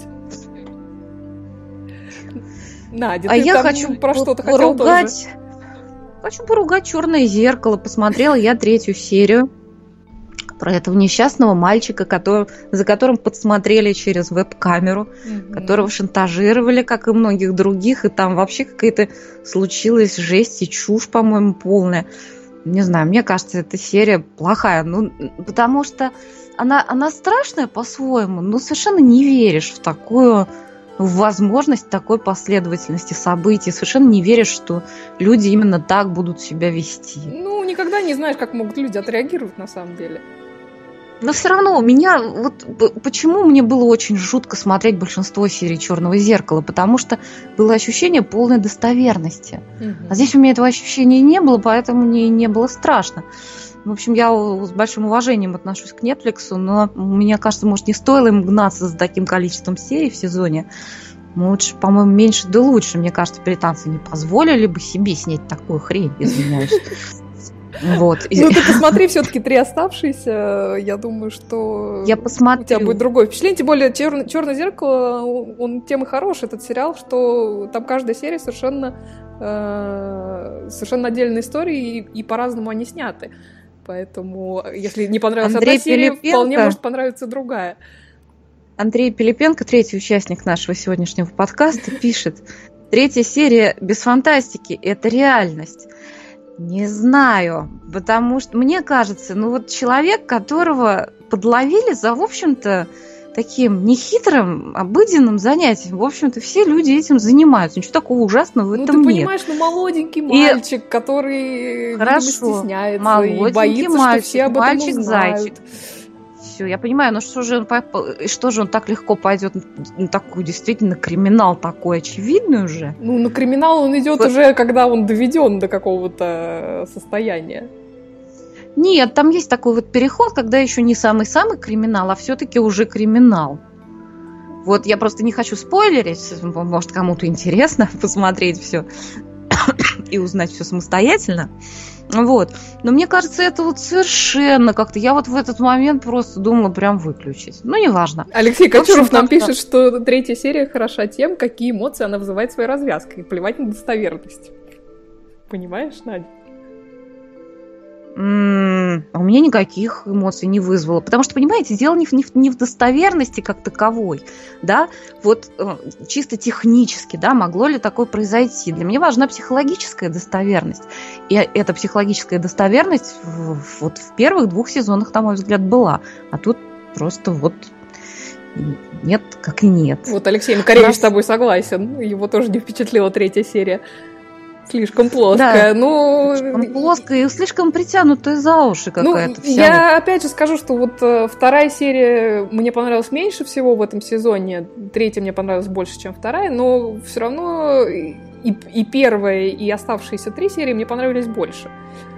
Надя, а ты я там хочу про что-то хотела тоже? Хочу поругать «Черное зеркало». Посмотрела я третью серию про этого несчастного мальчика, который, за которым подсмотрели через веб-камеру, mm-hmm. которого шантажировали, как и многих других, и там вообще какая-то случилась жесть и чушь, по-моему, полная. Не знаю, мне кажется, эта серия плохая, ну, потому что она, она страшная по-своему, но совершенно не веришь в такую в возможность такой последовательности событий, совершенно не веришь, что люди именно так будут себя вести. Ну, никогда не знаешь, как могут люди отреагировать на самом деле. Но все равно у меня вот почему мне было очень жутко смотреть большинство серий «Черного зеркала», потому что было ощущение полной достоверности. Угу. А здесь у меня этого ощущения не было, поэтому мне не было страшно. В общем, я с большим уважением отношусь к Netflix, но мне кажется, может, не стоило им гнаться за таким количеством серий в сезоне. Лучше, по-моему, меньше да лучше. Мне кажется, британцы не позволили бы себе снять такую хрень, извиняюсь. Вот. Ну, ты посмотри все-таки три оставшиеся. Я думаю, что я посмотрю. У тебя будет другое впечатление. Тем более «Черное, «Черное зеркало», он тем и хорош, этот сериал, что там каждая серия совершенно, э, совершенно отдельная история, и, и по-разному они сняты. Поэтому, если не понравилась Андрей одна серия, Пилипенко, вполне может понравиться другая. Андрей Пилипенко, третий участник нашего сегодняшнего подкаста, пишет: третья серия без фантастики – это реальность. Не знаю, потому что мне кажется, ну вот человек, которого подловили за, в общем-то, таким нехитрым, обыденным занятием, в общем-то, все люди этим занимаются. Ничего такого ужасного в этом нет. Ну, ты понимаешь, ну, молоденький мальчик, и... который, Хорошо, видимо, стесняется молоденький и боится, мальчик, что все об этом мальчик, узнают. Зайчик. Все, я понимаю, но что же, он, что же он так легко пойдет на такой, действительно, криминал такой очевидный уже? Ну, на криминал он идет вот. Уже, когда он доведен до какого-то состояния. Нет, там есть такой вот переход, когда еще не самый-самый криминал, а все-таки уже криминал. Вот я просто не хочу спойлерить, может, кому-то интересно посмотреть все и узнать все самостоятельно. Вот. Но мне кажется, это вот совершенно как-то... Я вот в этот момент просто думала прям выключить. Ну, неважно. Алексей Кочуров нам пишет, что третья серия хороша тем, какие эмоции она вызывает своей развязкой. Плевать на достоверность. Понимаешь, Надя? М-м, у меня никаких эмоций не вызвало. Потому что, понимаете, дело не в, не в, не в достоверности как таковой. Да? Вот э, чисто технически, да, могло ли такое произойти. Для меня важна психологическая достоверность. И эта психологическая достоверность в, вот в первых двух сезонах, на мой взгляд, была. А тут просто вот нет, как и нет. Вот Алексей Макаревич Раз... с тобой согласен. Его тоже не впечатлила третья серия. Слишком плоская, да, ну... Слишком плоская и слишком притянутая за уши какая-то. Ну, вся я вот. Опять же скажу, что вот э, вторая серия мне понравилась меньше всего в этом сезоне, третья мне понравилась больше, чем вторая, но все равно и, и первая, и оставшиеся три серии мне понравились больше.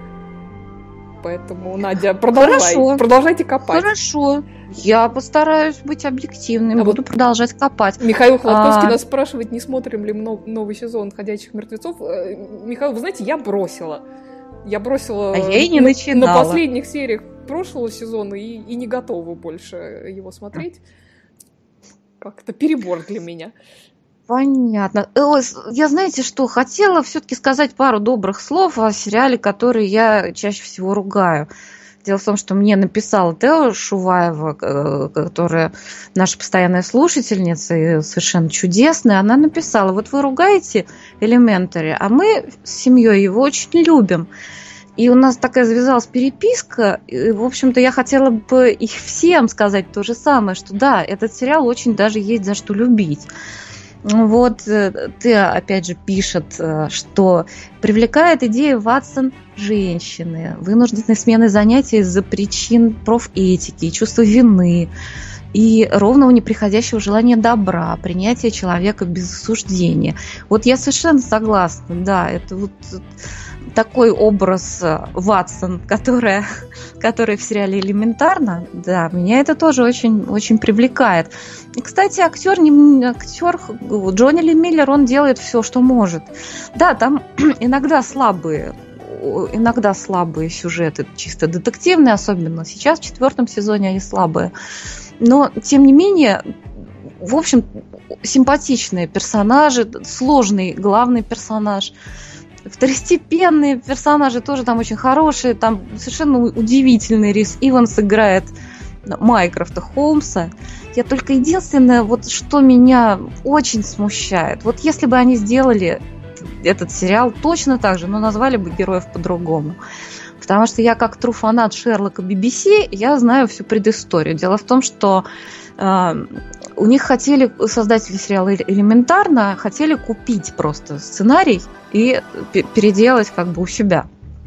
Поэтому, Надя, продолжай, Хорошо. продолжайте копать. Хорошо. Я постараюсь быть объективной, а буду вот продолжать копать. Михаил Холодковский а... нас спрашивает, не смотрим ли мы новый сезон «Ходячих мертвецов». Михаил, вы знаете, я бросила. Я бросила а я и не на, начинала. на последних сериях прошлого сезона и, и не готова больше его смотреть. Как-то перебор для меня. Понятно. Я, знаете что, хотела все-таки сказать пару добрых слов о сериале, который я чаще всего ругаю. Дело в том, что мне написала Тео Шуваева, которая наша постоянная слушательница и совершенно чудесная. Она написала: вот вы ругаете Elementary, а мы с семьей его очень любим. И у нас такая завязалась переписка. И, в общем-то, я хотела бы их всем сказать то же самое, что да, этот сериал очень даже есть за что любить. Вот ты, опять же, пишет, что привлекает идея Ватсон женщины, вынужденной смены занятий из-за причин профэтики и чувства вины, и ровного неприходящего желания добра, принятия человека без осуждения. Вот я совершенно согласна, да, это вот такой образ Ватсон, которая, которая в сериале «Элементарно», да, меня это тоже очень, очень привлекает. И, кстати, актер, не, актер Джонни Ли Миллер, он делает все, что может. Да, там иногда слабые, иногда слабые сюжеты, чисто детективные, особенно сейчас, в четвертом сезоне они слабые. Но, тем не менее, в общем, симпатичные персонажи, сложный главный персонаж. Второстепенные персонажи тоже там очень хорошие. Там совершенно удивительный Рис Иванс играет Майкрофта Холмса. Я только единственное, вот что меня очень смущает, вот если бы они сделали этот сериал точно так же, но назвали бы героев по-другому. Потому что я, как true фанат Шерлока би би си, я знаю всю предысторию. Дело в том, что э, у них хотели, создатели сериала «Элементарно», хотели купить просто сценарий и переделать как бы у себя.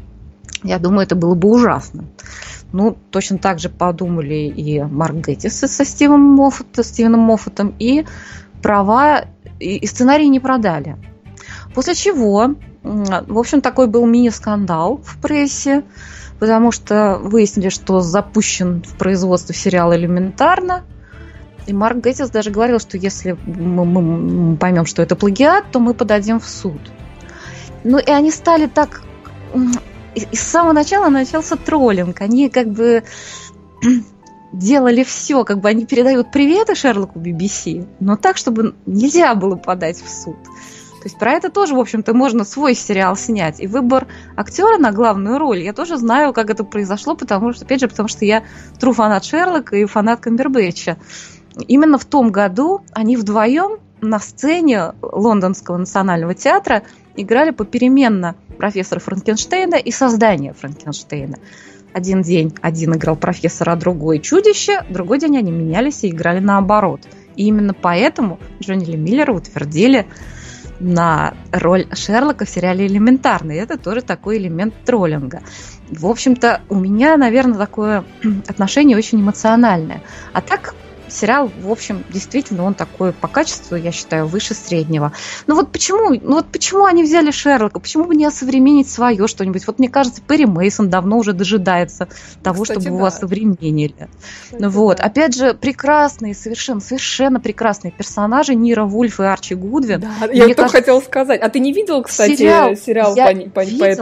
Я думаю, это было бы ужасно. Ну, точно так же подумали и Марк Геттис со Стивеном Моффатом, Стивеном Моффатом, и права, и, и сценарий не продали. После чего, в общем, такой был мини-скандал в прессе, потому что выяснили, что запущен в производство сериал «Элементарно», и Марк Геттис даже говорил, что если мы, мы поймем, что это плагиат, то мы подадим в суд. Ну, и они стали так... И с самого начала начался троллинг. Они как бы делали все, как бы они передают приветы Шерлоку би би си, но так, чтобы нельзя было подать в суд. То есть про это тоже, в общем-то, можно свой сериал снять. И выбор актера на главную роль, я тоже знаю, как это произошло, потому что, опять же, потому что я true фанат Шерлока и фанат Камбербэтча. Именно в том году они вдвоем на сцене Лондонского национального театра играли попеременно профессора Франкенштейна и создание Франкенштейна. Один день один играл профессора, а другой чудище, другой день они менялись и играли наоборот. И именно поэтому Джонни Ли Миллера утвердили на роль Шерлока в сериале «Элементарно». И это тоже такой элемент троллинга. В общем-то, у меня, наверное, такое отношение очень эмоциональное. А так... Сериал, в общем, действительно, он такой по качеству, я считаю, выше среднего. Ну вот почему, ну вот почему они взяли Шерлока? Почему бы не осовременить свое что-нибудь? Вот мне кажется, Перри Мейсон давно уже дожидается того, Кстати, чтобы да. его осовременили. Кстати, вот. Да. Опять же, прекрасные, совершенно, совершенно прекрасные персонажи Нира Вульф и Арчи Гудвин. Да, я только кажется, хотела сказать. А ты не видел, кстати, сериал, сериал я по, по, по этому?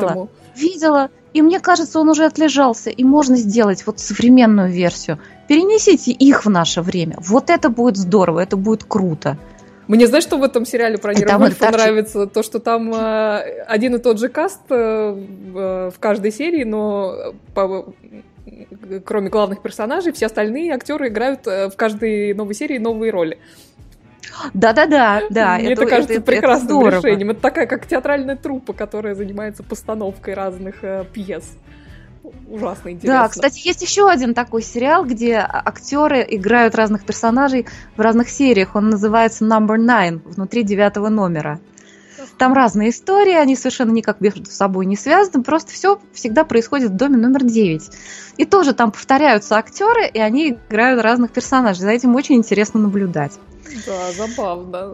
видела, и мне кажется, он уже отлежался, и можно сделать вот современную версию. Перенесите их в наше время. Вот это будет здорово, это будет круто. Мне, знаешь, что в этом сериале про Ниро Вульфа нравится? То, что там э, один и тот же каст э, э, в каждой серии, но по, кроме главных персонажей, все остальные актеры играют э, в каждой новой серии новые роли. Да-да-да, да. Мне это, это кажется это, прекрасным это решением. Это такая, как театральная труппа, которая занимается постановкой разных э, пьес. Ужасно интересно. Да, кстати, есть еще один такой сериал, где актеры играют разных персонажей в разных сериях. Он называется Number Nine, внутри девятого номера. Там разные истории, они совершенно никак между собой не связаны, просто все всегда происходит в доме номер девять. И тоже там повторяются актеры, и они играют разных персонажей. За этим очень интересно наблюдать. Да, забавно.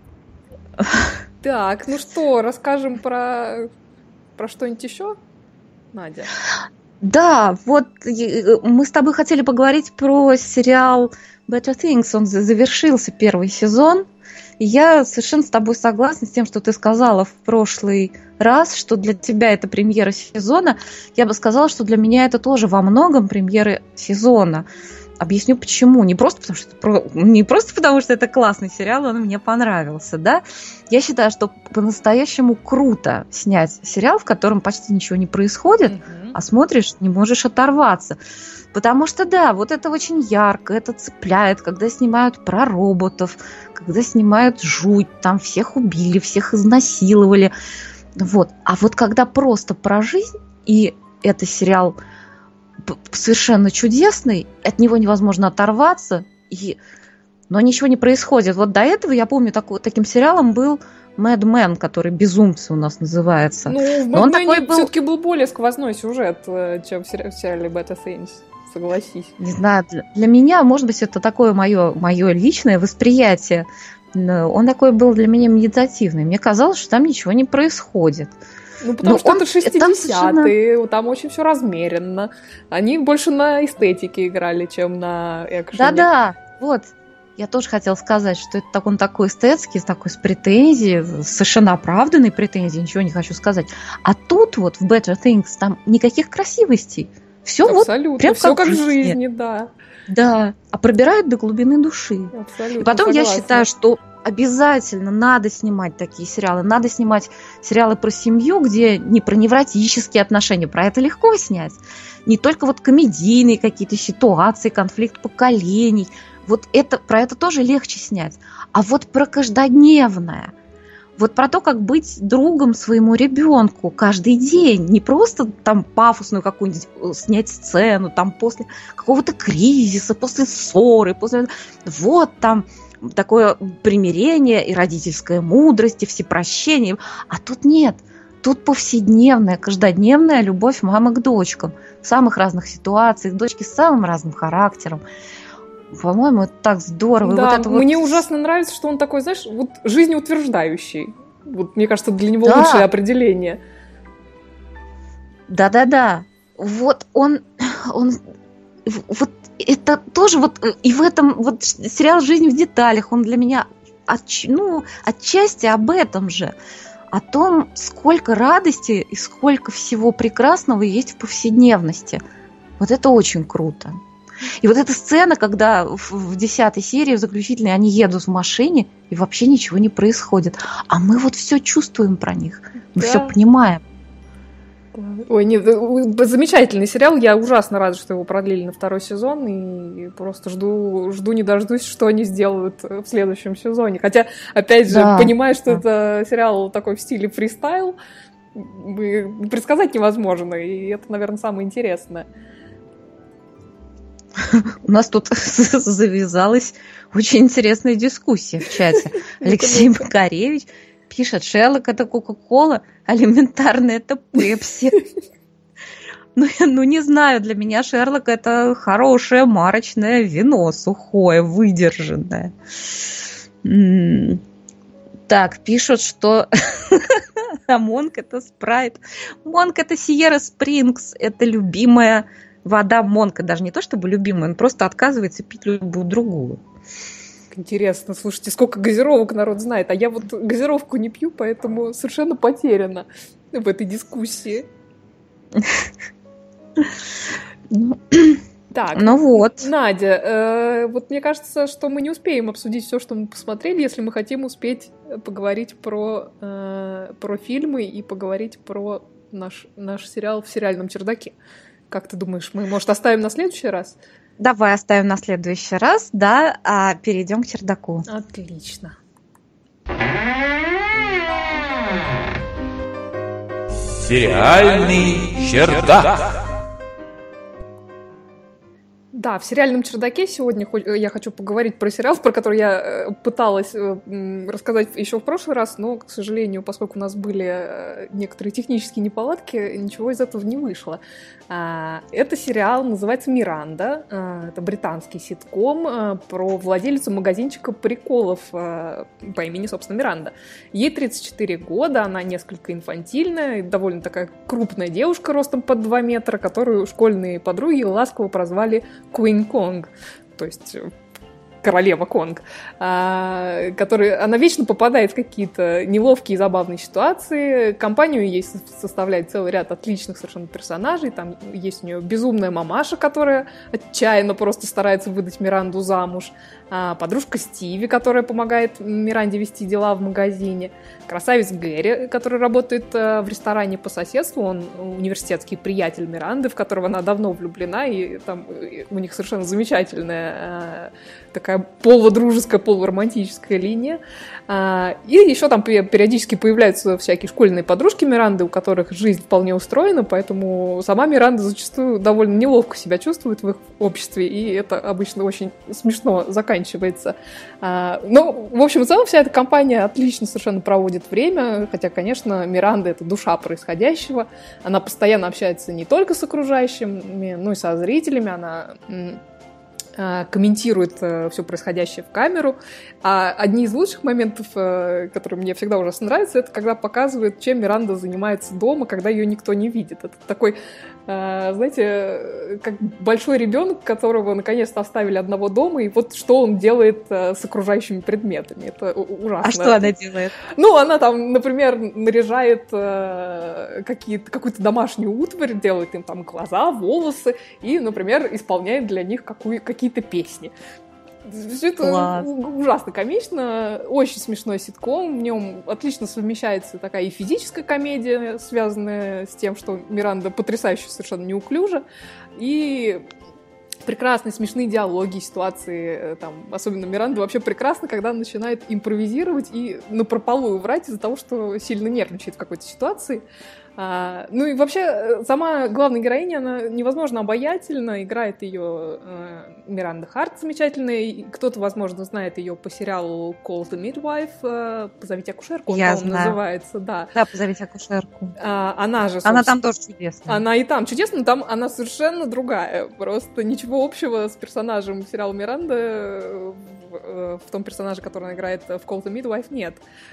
Так, ну что, расскажем про, про что-нибудь еще, Надя? Да, вот мы с тобой хотели поговорить про сериал Better Things. Он завершился, первый сезон. И я совершенно с тобой согласна с тем, что ты сказала в прошлый раз, что для тебя это премьера сезона. Я бы сказала, что для меня это тоже во многом премьера сезона. Объясню почему. Не просто потому, что это, не просто потому, что это классный сериал, он мне понравился, да. Я считаю, что по-настоящему круто снять сериал, в котором почти ничего не происходит, mm-hmm. а смотришь, не можешь оторваться. Потому что, да, вот это очень ярко, это цепляет, когда снимают про роботов, когда снимают жуть, там всех убили, всех изнасиловали. Вот. А вот когда просто про жизнь, и это сериал совершенно чудесный, от него невозможно оторваться, и... но ничего не происходит. Вот до этого, я помню, такой, таким сериалом был Mad Men, который «Безумцы» у нас называется. Ну, в Mad Men был... все-таки был более сквозной сюжет, чем в сериале Better Things, согласись. Не знаю, для, для меня, может быть, это такое мое, мое личное восприятие. Он такой был для меня медитативный. Мне казалось, что там ничего не происходит. Ну, потому Но что он, это шестидесятые, там, совершенно... там очень все размеренно. Они больше на эстетике играли, чем на экшене. Да-да, вот. Я тоже хотела сказать, что это он такой эстетский, такой с претензией, совершенно оправданной претензией, ничего не хочу сказать. А тут вот в Better Things там никаких красивостей. Все вот прям все как в жизни. жизни, да. Да, а пробирает до глубины души. Абсолютно, и потом согласна. Я считаю, что обязательно надо снимать такие сериалы. Надо снимать сериалы про семью, где не про невротические отношения, про это легко снять. Не только вот комедийные какие-то ситуации, конфликт поколений. Вот это, про это тоже легче снять. А вот про каждодневное. Вот про то, как быть другом своему ребенку каждый день. Не просто там пафосную какую-нибудь снять сцену, там после какого-то кризиса, после ссоры, после... Вот там такое примирение и родительская мудрость, и всепрощение. А тут нет. Тут повседневная, каждодневная любовь мамы к дочкам. В самых разных ситуациях. Дочки с самым разным характером. По-моему, это так здорово. Да, вот это мне вот... ужасно нравится, что он такой, знаешь, вот жизнеутверждающий. Вот, мне кажется, для него да. лучшее определение. Да-да-да. Вот он... он вот это тоже вот... И в этом вот сериал «Жизнь в деталях», он для меня отч, ну, отчасти об этом же. О том, сколько радости и сколько всего прекрасного есть в повседневности. Вот это очень круто. И вот эта сцена, когда в десятой серии, в заключительной, они едут в машине, и вообще ничего не происходит. А мы вот все чувствуем про них. Мы да. все понимаем. Ой, нет, замечательный сериал. Я ужасно рада, что его продлили на второй сезон. И просто жду, жду не дождусь, что они сделают в следующем сезоне. Хотя, опять же, да. понимаю, что да. это сериал такой в стиле фристайл. Предсказать невозможно. И это, наверное, самое интересное. У нас тут завязалась очень интересная дискуссия в чате. Алексей Макаревич пишет: Шерлок — это Кока-Кола, элементарно — это Пепси. Ну, ну, не знаю, для меня Шерлок — это хорошее марочное вино, сухое, выдержанное. Так, пишут, что а Монк — это Спрайт. Монк — это Сиерра Спрингс, это любимая вода Монка, даже не то чтобы любимая, он просто отказывается пить любую другую. Интересно, слушайте, сколько газировок народ знает, а я вот газировку не пью, поэтому совершенно потеряна в этой дискуссии. Так, ну вот. Надя, э, вот мне кажется, что мы не успеем обсудить все, что мы посмотрели, если мы хотим успеть поговорить про, э, про фильмы и поговорить про наш, наш сериал «В сериальном чердаке». Как ты думаешь, мы, может, оставим на следующий раз? Давай оставим на следующий раз, да, а перейдем к чердаку. Отлично. Сериальный чердак. Да, в сериальном чердаке сегодня я хочу поговорить про сериал, про который я пыталась рассказать еще в прошлый раз, но, к сожалению, поскольку у нас были некоторые технические неполадки, ничего из этого не вышло. Это сериал называется «Миранда». Это британский ситком про владелицу магазинчика приколов по имени, собственно, Миранда. Ей тридцать четыре года, она несколько инфантильная, довольно такая крупная девушка ростом под два метра, которую школьные подруги ласково прозвали Queen Kong, то есть королева Конг, а, который, она вечно попадает в какие-то неловкие и забавные ситуации. Компанию ей составляет целый ряд отличных совершенно персонажей. Там есть у нее безумная мамаша, которая отчаянно просто старается выдать Миранду замуж. А, подружка Стиви, которая помогает Миранде вести дела в магазине. Красавец Гэри, который работает а, в ресторане по соседству. Он университетский приятель Миранды, в которого она давно влюблена, и там у них совершенно замечательная а, такая полудружеская, полуромантическая линия. А, и еще там периодически появляются всякие школьные подружки Миранды, у которых жизнь вполне устроена, поэтому сама Миранда зачастую довольно неловко себя чувствует в их обществе, и это обычно очень смешно заканчивается. А, ну, в общем, в целом вся эта компания отлично совершенно проводит время, хотя, конечно, Миранда — это душа происходящего. Она постоянно общается не только с окружающими, но и со зрителями. Она комментирует все происходящее в камеру. А одни из лучших моментов, которые мне всегда ужасно нравятся, это когда показывают, чем Миранда занимается дома, когда ее никто не видит. Это такой, знаете, как большой ребенок, которого наконец-то оставили одного дома, и вот что он делает с окружающими предметами. Это ужасно. А что она делает? Ну, она там, например, наряжает какие-то, какую-то домашнюю утварь, делает им там глаза, волосы, и, например, исполняет для них какую, какие какие-то песни. Все это Класс. Ужасно комично, очень смешной ситком, в нем отлично совмещается такая и физическая комедия, связанная с тем, что Миранда потрясающе совершенно неуклюжа, и прекрасные смешные диалоги, ситуации, там, особенно Миранда вообще прекрасно, когда она начинает импровизировать и напропалую врать из-за того, что сильно нервничает в какой-то ситуации. А, ну и вообще, сама главная героиня, она невозможно обаятельна, играет ее э, Миранда Харт замечательная, кто-то, возможно, знает ее по сериалу Call the Midwife, э, «Позовите акушерку», он, Я по-моему, знаю. называется, да. Да, «Позовите акушерку». А, она же, Она там тоже чудесная. Она и там чудесная, но там она совершенно другая, просто ничего общего с персонажем сериала Миранда в, в том персонаже, который она играет в Call the Midwife, нет.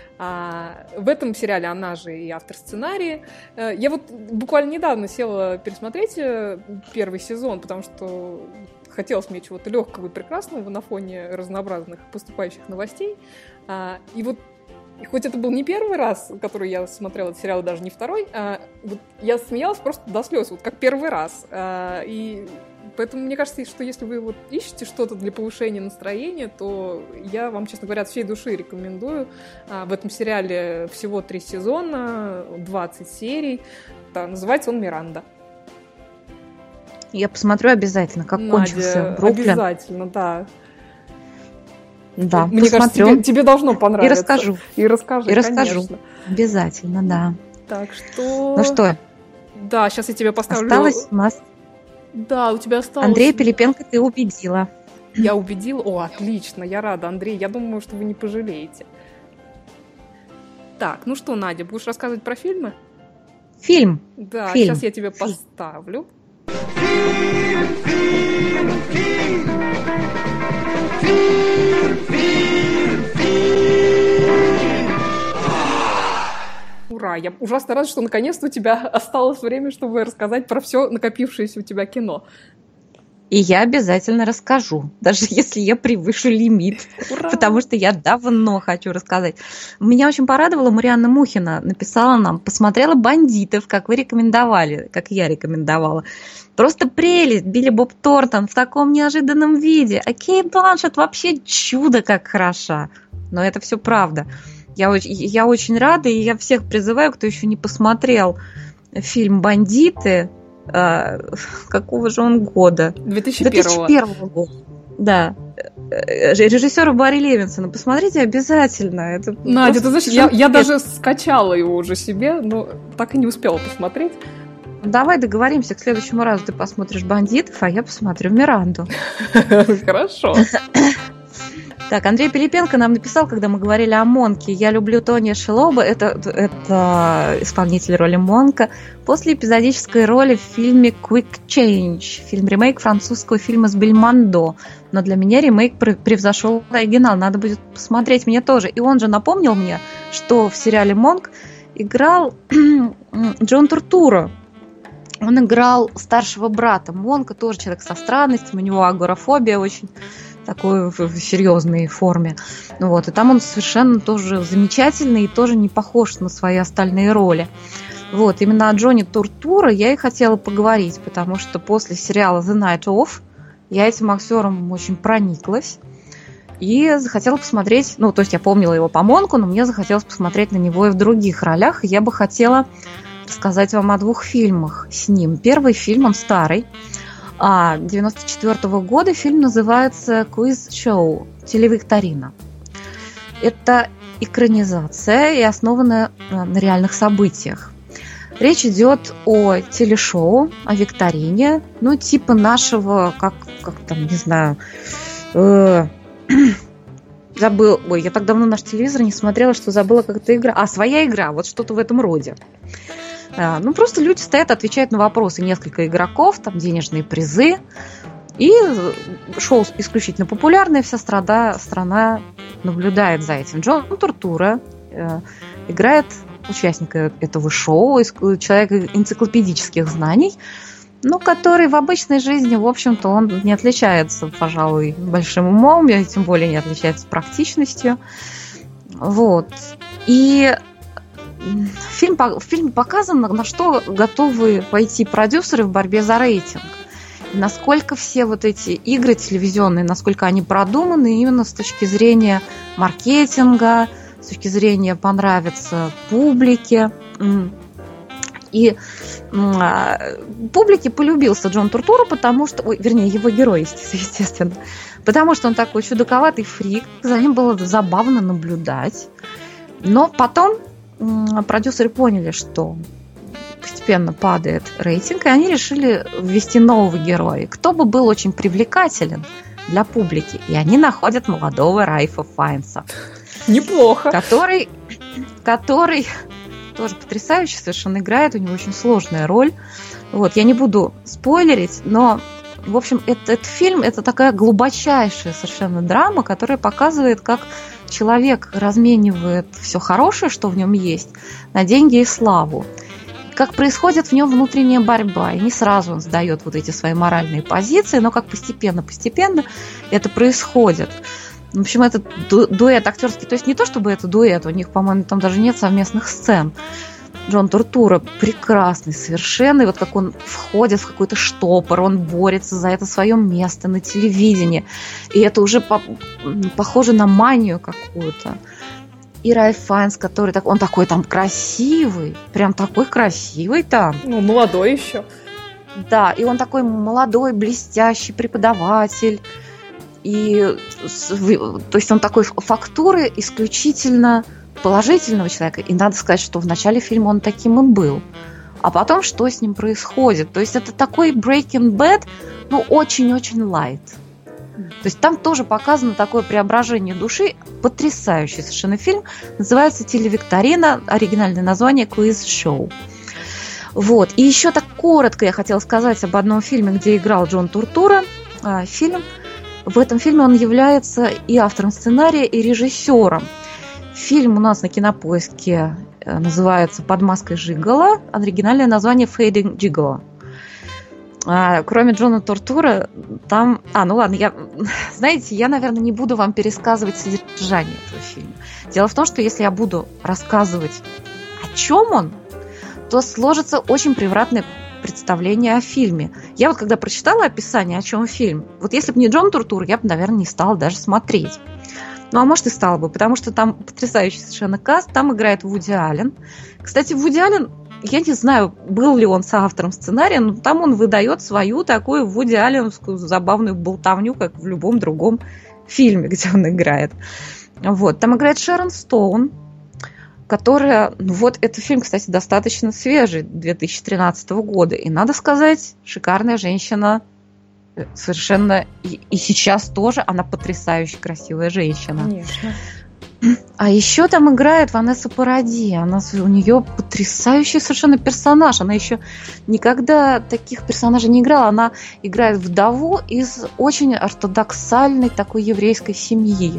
А в этом сериале она же и автор сценария. Я вот буквально недавно села пересмотреть первый сезон, потому что хотелось мне чего-то легкого и прекрасного на фоне разнообразных поступающих новостей. И вот хоть это был не первый раз, который я смотрела этот сериал, даже не второй, а вот я смеялась просто до слез, вот как первый раз. И поэтому мне кажется, что если вы вот ищете что-то для повышения настроения, то я вам, честно говоря, от всей души рекомендую. В этом сериале всего три сезона, двадцать серий. Да, называется он «Миранда». Я посмотрю обязательно, как Надя, кончился Бруклин. Обязательно, да. Да, Мне посмотрю. кажется, тебе, тебе должно понравиться. И расскажу. И расскажи, И расскажу. конечно. Обязательно, да. Так что... Ну что? Да, сейчас я тебе поставлю... Осталось у нас... Да, у тебя осталось... Андрея Пилипенко ты убедила. Я убедила? О, отлично, я рада, Андрей. Я думаю, что вы не пожалеете. Так, ну что, Надя, будешь рассказывать про фильмы? Фильм. Да, Фильм. сейчас я тебе Фильм. поставлю. Ура! Я ужасно рада, что наконец-то у тебя осталось время, чтобы рассказать про все накопившееся у тебя кино. И я обязательно расскажу, даже если я превышу лимит, Ура! Потому что я давно хочу рассказать. Меня очень порадовала Марианна Мухина, написала нам, посмотрела «Бандитов», как вы рекомендовали, как я рекомендовала. Просто прелесть, Билли Боб Тортон в таком неожиданном виде. А Кейт Бланшетт вообще чудо как хороша. Но это все правда. Я, я очень рада, и я всех призываю, кто еще не посмотрел фильм «Бандиты», а, какого же он года? две тысячи первого. две тысячи первого года. Да. Режиссера Барри Левинсона. Посмотрите обязательно. Это Надя, ты знаешь, я, я даже скачала его уже себе, но так и не успела посмотреть. Давай договоримся, к следующему разу ты посмотришь «Бандитов», а я посмотрю «Миранду». Хорошо. Так, Андрей Пилипенко нам написал, когда мы говорили о Монке. Я люблю Тони Шелоба, это, это исполнитель роли Монка, после эпизодической роли в фильме «Quick Change», фильм-ремейк французского фильма с Бельмондо. Но для меня ремейк превзошел оригинал, надо будет посмотреть мне тоже. И он же напомнил мне, что в сериале «Монк» играл Джон Туртуро. Он играл старшего брата Монка, тоже человек со странностями, у него агорафобия очень такой в серьезной форме. Вот. И там он совершенно тоже замечательный и тоже не похож на свои остальные роли. Вот. Именно о Джоне Туртуро я и хотела поговорить, потому что после сериала «The Night Of» я этим актером очень прониклась и захотела посмотреть, ну, то есть я помнила его по Монку, но мне захотелось посмотреть на него и в других ролях, и я бы хотела рассказать вам о двух фильмах с ним. Первый фильм, он старый, девяносто четвёртого года, фильм называется «Quiz Show», телевикторина. Это экранизация и основана на реальных событиях. Речь идет о телешоу, о викторине, ну, типа нашего, как, как там, не знаю, э, забыл, ой, я так давно наш телевизор не смотрела, что забыла, как эта игра. А, «Своя игра», вот что-то в этом роде. Ну, просто люди стоят, отвечают на вопросы. Несколько игроков, там денежные призы. И шоу исключительно популярное, вся страна, страна наблюдает за этим. Джон Туртуро э, играет участника этого шоу, человека энциклопедических знаний, но который в обычной жизни, в общем-то, он не отличается, пожалуй, большим умом, и тем более не отличается практичностью. Вот. И В, фильм, в фильме показано, на что готовы пойти продюсеры в борьбе за рейтинг. И насколько все вот эти игры телевизионные, насколько они продуманы именно с точки зрения маркетинга, с точки зрения понравиться публике. И публике полюбился Джон Туртуро, потому что... Ой, вернее, его герой, естественно. Потому что он такой чудаковатый фрик, за ним было забавно наблюдать. Но потом продюсеры поняли, что постепенно падает рейтинг, и они решили ввести нового героя. Кто бы был очень привлекателен для публики. И они находят молодого Райфа Файнса. Неплохо. Который, который тоже потрясающе совершенно играет. У него очень сложная роль. Вот, я не буду спойлерить, но, в общем, этот, этот фильм – это такая глубочайшая совершенно драма, которая показывает, как человек разменивает все хорошее, что в нем есть, на деньги и славу. Как происходит в нем внутренняя борьба. И не сразу он сдает вот эти свои моральные позиции, но как постепенно-постепенно это происходит. В общем, это ду- дуэт актерский. То есть не то, чтобы это дуэт, у них, по-моему, там даже нет совместных сцен. Джон Туртуро прекрасный совершенно, и вот как он входит в какой-то штопор, он борется за это свое место на телевидении, и это уже по- похоже на манию какую-то. И Райф Файнс, который так, он такой там красивый, прям такой красивый там. Ну, молодой еще. Да, и он такой молодой, блестящий преподаватель. И, то есть он такой фактуры исключительно положительного человека. И надо сказать, что в начале фильма он таким и был. А потом, что с ним происходит? То есть это такой Breaking Bad, ну, очень-очень light. То есть там тоже показано такое преображение души. Потрясающий совершенно фильм. Называется «Телевикторина». Оригинальное название «Quiz Show». Вот. И еще так коротко я хотела сказать об одном фильме, где играл Джон Туртуро. Фильм. В этом фильме он является и автором сценария, и режиссером. Фильм у нас на Кинопоиске называется «Под маской Жиголо». Оригинальное название «Fading Gigolo». А, кроме Джона Туртура, там... А, ну ладно, я... Знаете, я, наверное, не буду вам пересказывать содержание этого фильма. Дело в том, что если я буду рассказывать, о чем он, то сложится очень превратное представление о фильме. Я вот когда прочитала описание, о чем фильм, вот если бы не Джон Туртур, я бы, наверное, не стала даже смотреть. Ну, а может, и стала бы, потому что там потрясающий совершенно каст, там играет Вуди Аллен. Кстати, Вуди Аллен, я не знаю, был ли он соавтором сценария, но там он выдает свою такую Вуди Алленовскую забавную болтовню, как в любом другом фильме, где он играет. Вот. Там играет Шерон Стоун, которая... Ну вот, этот фильм, кстати, достаточно свежий, две тысячи тринадцатого года. И, надо сказать, шикарная женщина. Совершенно... И, и сейчас тоже она потрясающе красивая женщина. Конечно. А еще там играет Ванесса Паради. Она, у нее потрясающий совершенно персонаж. Она еще никогда таких персонажей не играла. Она играет вдову из очень ортодоксальной такой еврейской семьи.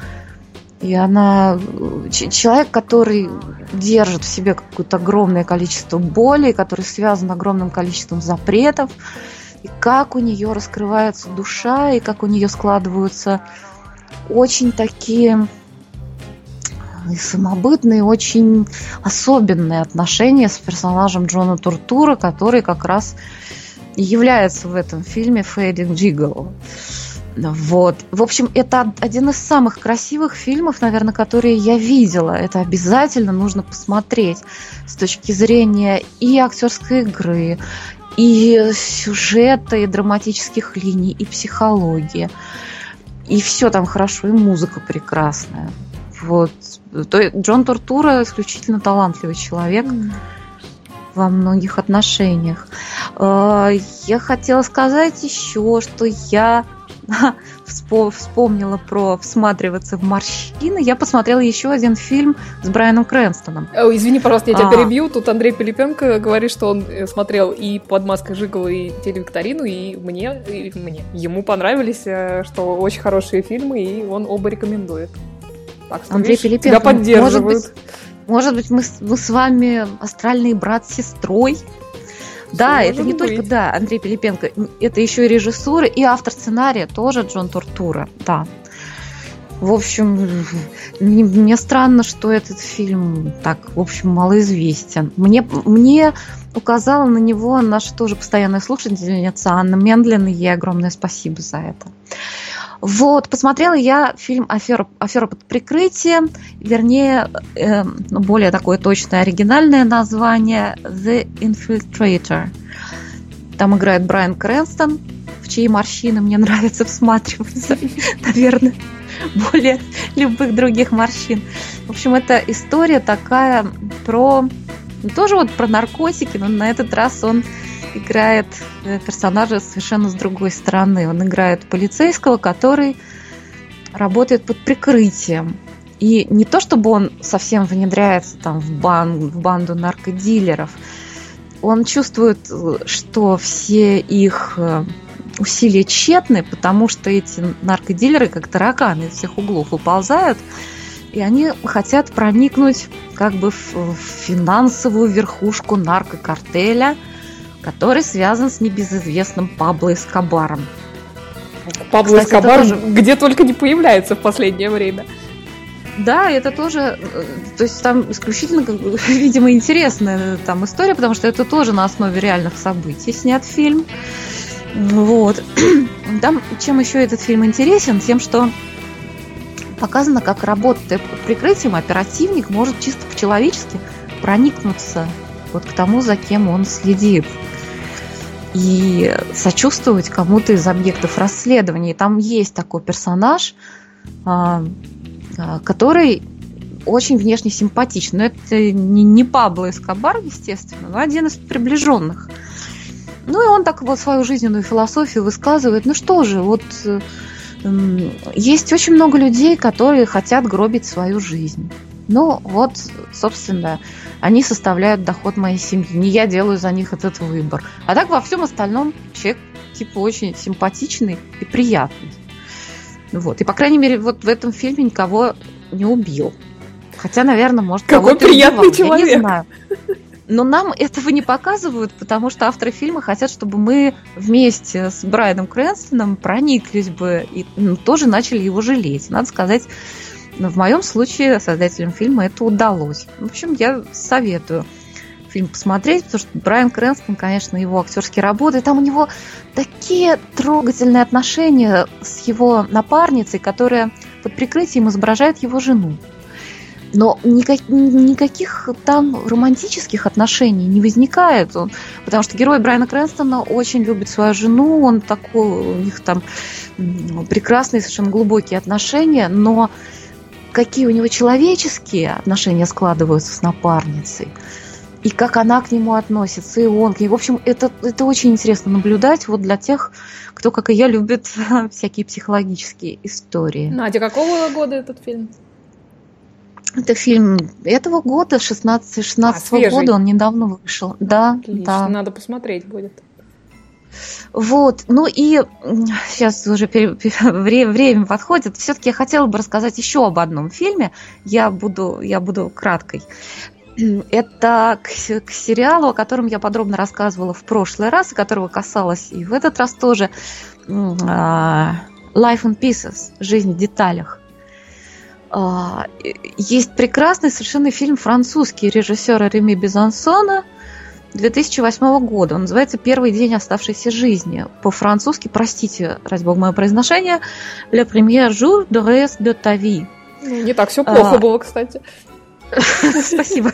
И она человек, который держит в себе какое-то огромное количество боли, который связан огромным количеством запретов. И как у нее раскрывается душа, и как у нее складываются очень такие самобытные, очень особенные отношения с персонажем Джона Туртура, который как раз является в этом фильме Фейдинг Джиголо. Вот. В общем, это один из самых красивых фильмов, наверное, которые я видела. Это обязательно нужно посмотреть с точки зрения и актерской игры, и сюжета, и драматических линий, и психологии. И все там хорошо, и музыка прекрасная. Вот. То Джон Туртура исключительно талантливый человек mm. во многих отношениях. Я хотела сказать еще, что я вспомнила про всматриваться в морщины. Я посмотрела еще один фильм с Брайаном Крэнстоном. О, извини, пожалуйста, я тебя а. перебью. Тут Андрей Пилипенко говорит, что он смотрел и «Под маской Жиголо», и телевикторину, и мне, и мне. Ему понравились, что очень хорошие фильмы, и он оба рекомендует. Так что, Андрей видишь, Пилипенко, тебя поддерживают. Может быть, может быть мы, мы с вами астральный брат с сестрой? Да, это не быть. Только, да, Андрей Пилипенко, это еще и режиссер, и автор сценария тоже Джон Туртура, да. В общем, мне, мне странно, что этот фильм так, в общем, малоизвестен. Мне, мне указала на него наша тоже постоянная слушательница Анна Мендлин, и ей огромное спасибо за это. Вот, посмотрела я фильм «Афера, Афера под прикрытием», вернее, э, более такое точное оригинальное название «The Infiltrator». Там играет Брайан Крэнстон, в чьи морщины мне нравится всматриваться, наверное, более любых других морщин. В общем, это история такая про... Тоже вот про наркотики, но на этот раз он играет персонажа совершенно с другой стороны. Он играет полицейского, который работает под прикрытием. И не то, чтобы он совсем внедряется там в, бан, в банду наркодилеров. Он чувствует, что все их усилия тщетны, потому что эти наркодилеры, как тараканы, из всех углов выползают, и они хотят проникнуть как бы в, в финансовую верхушку наркокартеля, который связан с небезызвестным Пабло Эскобаром. Пабло Эскобар тоже... где только не появляется в последнее время. Да, это тоже, то есть там исключительно, видимо, интересная там история, потому что это тоже на основе реальных событий снят фильм. Вот. Там, чем еще этот фильм интересен? Тем, что показано, как, работая под прикрытием, оперативник может чисто по-человечески проникнуться вот к тому, за кем он следит, и сочувствовать кому-то из объектов расследования. И там есть такой персонаж, который очень внешне симпатичный. Но это не, не Пабло Эскобар, естественно, но один из приближенных. Ну и он так вот свою жизненную философию высказывает. Ну что же, вот э, э, есть очень много людей, которые хотят гробить свою жизнь. Ну вот, собственно, они составляют доход моей семьи. Не я делаю за них этот выбор. А так во всем остальном человек типа очень симпатичный и приятный. Вот. И, по крайней мере, вот в этом фильме никого не убил. Хотя, наверное, может, какой кого-то приятный убивал. человек. Я не знаю. Но нам этого не показывают, потому что авторы фильма хотят, чтобы мы вместе с Брайаном Крэнстоном прониклись бы и ну, тоже начали его жалеть. Надо сказать, в моем случае создателям фильма это удалось. В общем, я советую фильм посмотреть, потому что Брайан Крэнстон, конечно, его актерские работы, там у него такие трогательные отношения с его напарницей, которая под прикрытием изображает его жену. Но никак, никаких там романтических отношений не возникает, он, потому что герой Брайана Крэнстона очень любит свою жену, он такой, у них там прекрасные, совершенно глубокие отношения, но какие у него человеческие отношения складываются с напарницей, и как она к нему относится, и он к ней. В общем, это, это очень интересно наблюдать вот для тех, кто, как и я, любит всякие психологические истории. Надя, какого года этот фильм? Это фильм этого года, шестнадцатого а, года, он недавно вышел. Да, Отлично, да. Надо посмотреть будет. Вот, ну и сейчас уже пере, пере, время, время подходит. Все-таки я хотела бы рассказать еще об одном фильме. Я буду, я буду краткой. Это к, к сериалу, о котором я подробно рассказывала в прошлый раз, и которого касалось и в этот раз тоже. Life in Pieces. Жизнь в деталях. Есть прекрасный совершенно фильм французский режиссера Реми Безансона две тысячи восьмого года. Он называется «Первый день оставшейся жизни». По-французски, простите, ради бога, мое произношение, «Le premier jour de reste de ta vie». Не так все плохо а... было, кстати. Спасибо.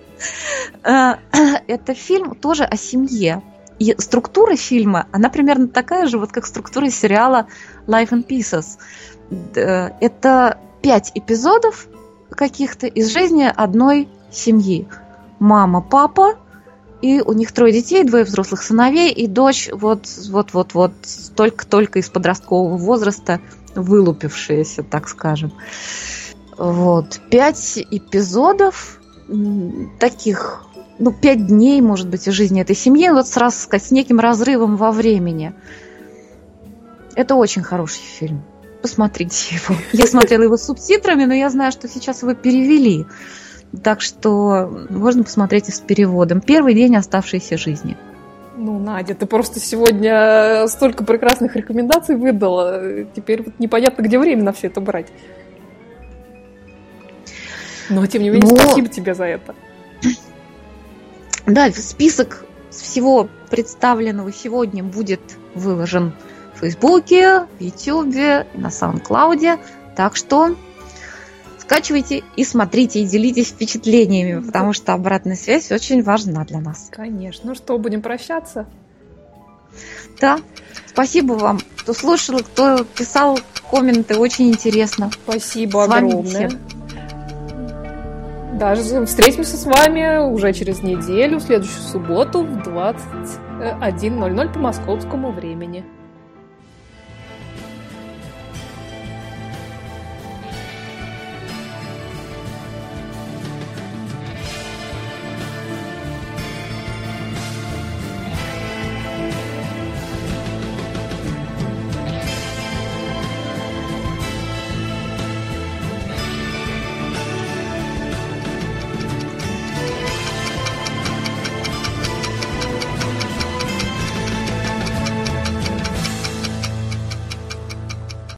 Это фильм тоже о семье. И структура фильма, она примерно такая же, вот как структура сериала Life in Pieces. Это пять эпизодов каких-то из жизни одной семьи. Мама, папа, и у них трое детей, двое взрослых сыновей, и дочь вот-вот-вот-вот только-только из подросткового возраста вылупившаяся, так скажем. Вот. Пять эпизодов таких, ну, пять дней, может быть, из жизни этой семьи, вот сразу сказать, с неким разрывом во времени. Это очень хороший фильм. Посмотрите его. Я смотрела его с субтитрами, но я знаю, что сейчас его перевели. Так что можно посмотреть и с переводом. «Первый день оставшейся жизни». Ну, Надя, ты просто сегодня столько прекрасных рекомендаций выдала. Теперь вот непонятно, где время на все это брать. Но, тем не менее, но... спасибо тебе за это. Да, список всего представленного сегодня будет выложен в Фейсбуке, в Ютубе, на Саундклауде. Так что скачивайте и смотрите, и делитесь впечатлениями, потому что обратная связь очень важна для нас. Конечно. Ну что, будем прощаться? Да. Спасибо вам, кто слушал, кто писал комменты. Очень интересно. Спасибо огромное. Даже встретимся с вами уже через неделю, в следующую субботу в двадцать один ноль ноль по московскому времени.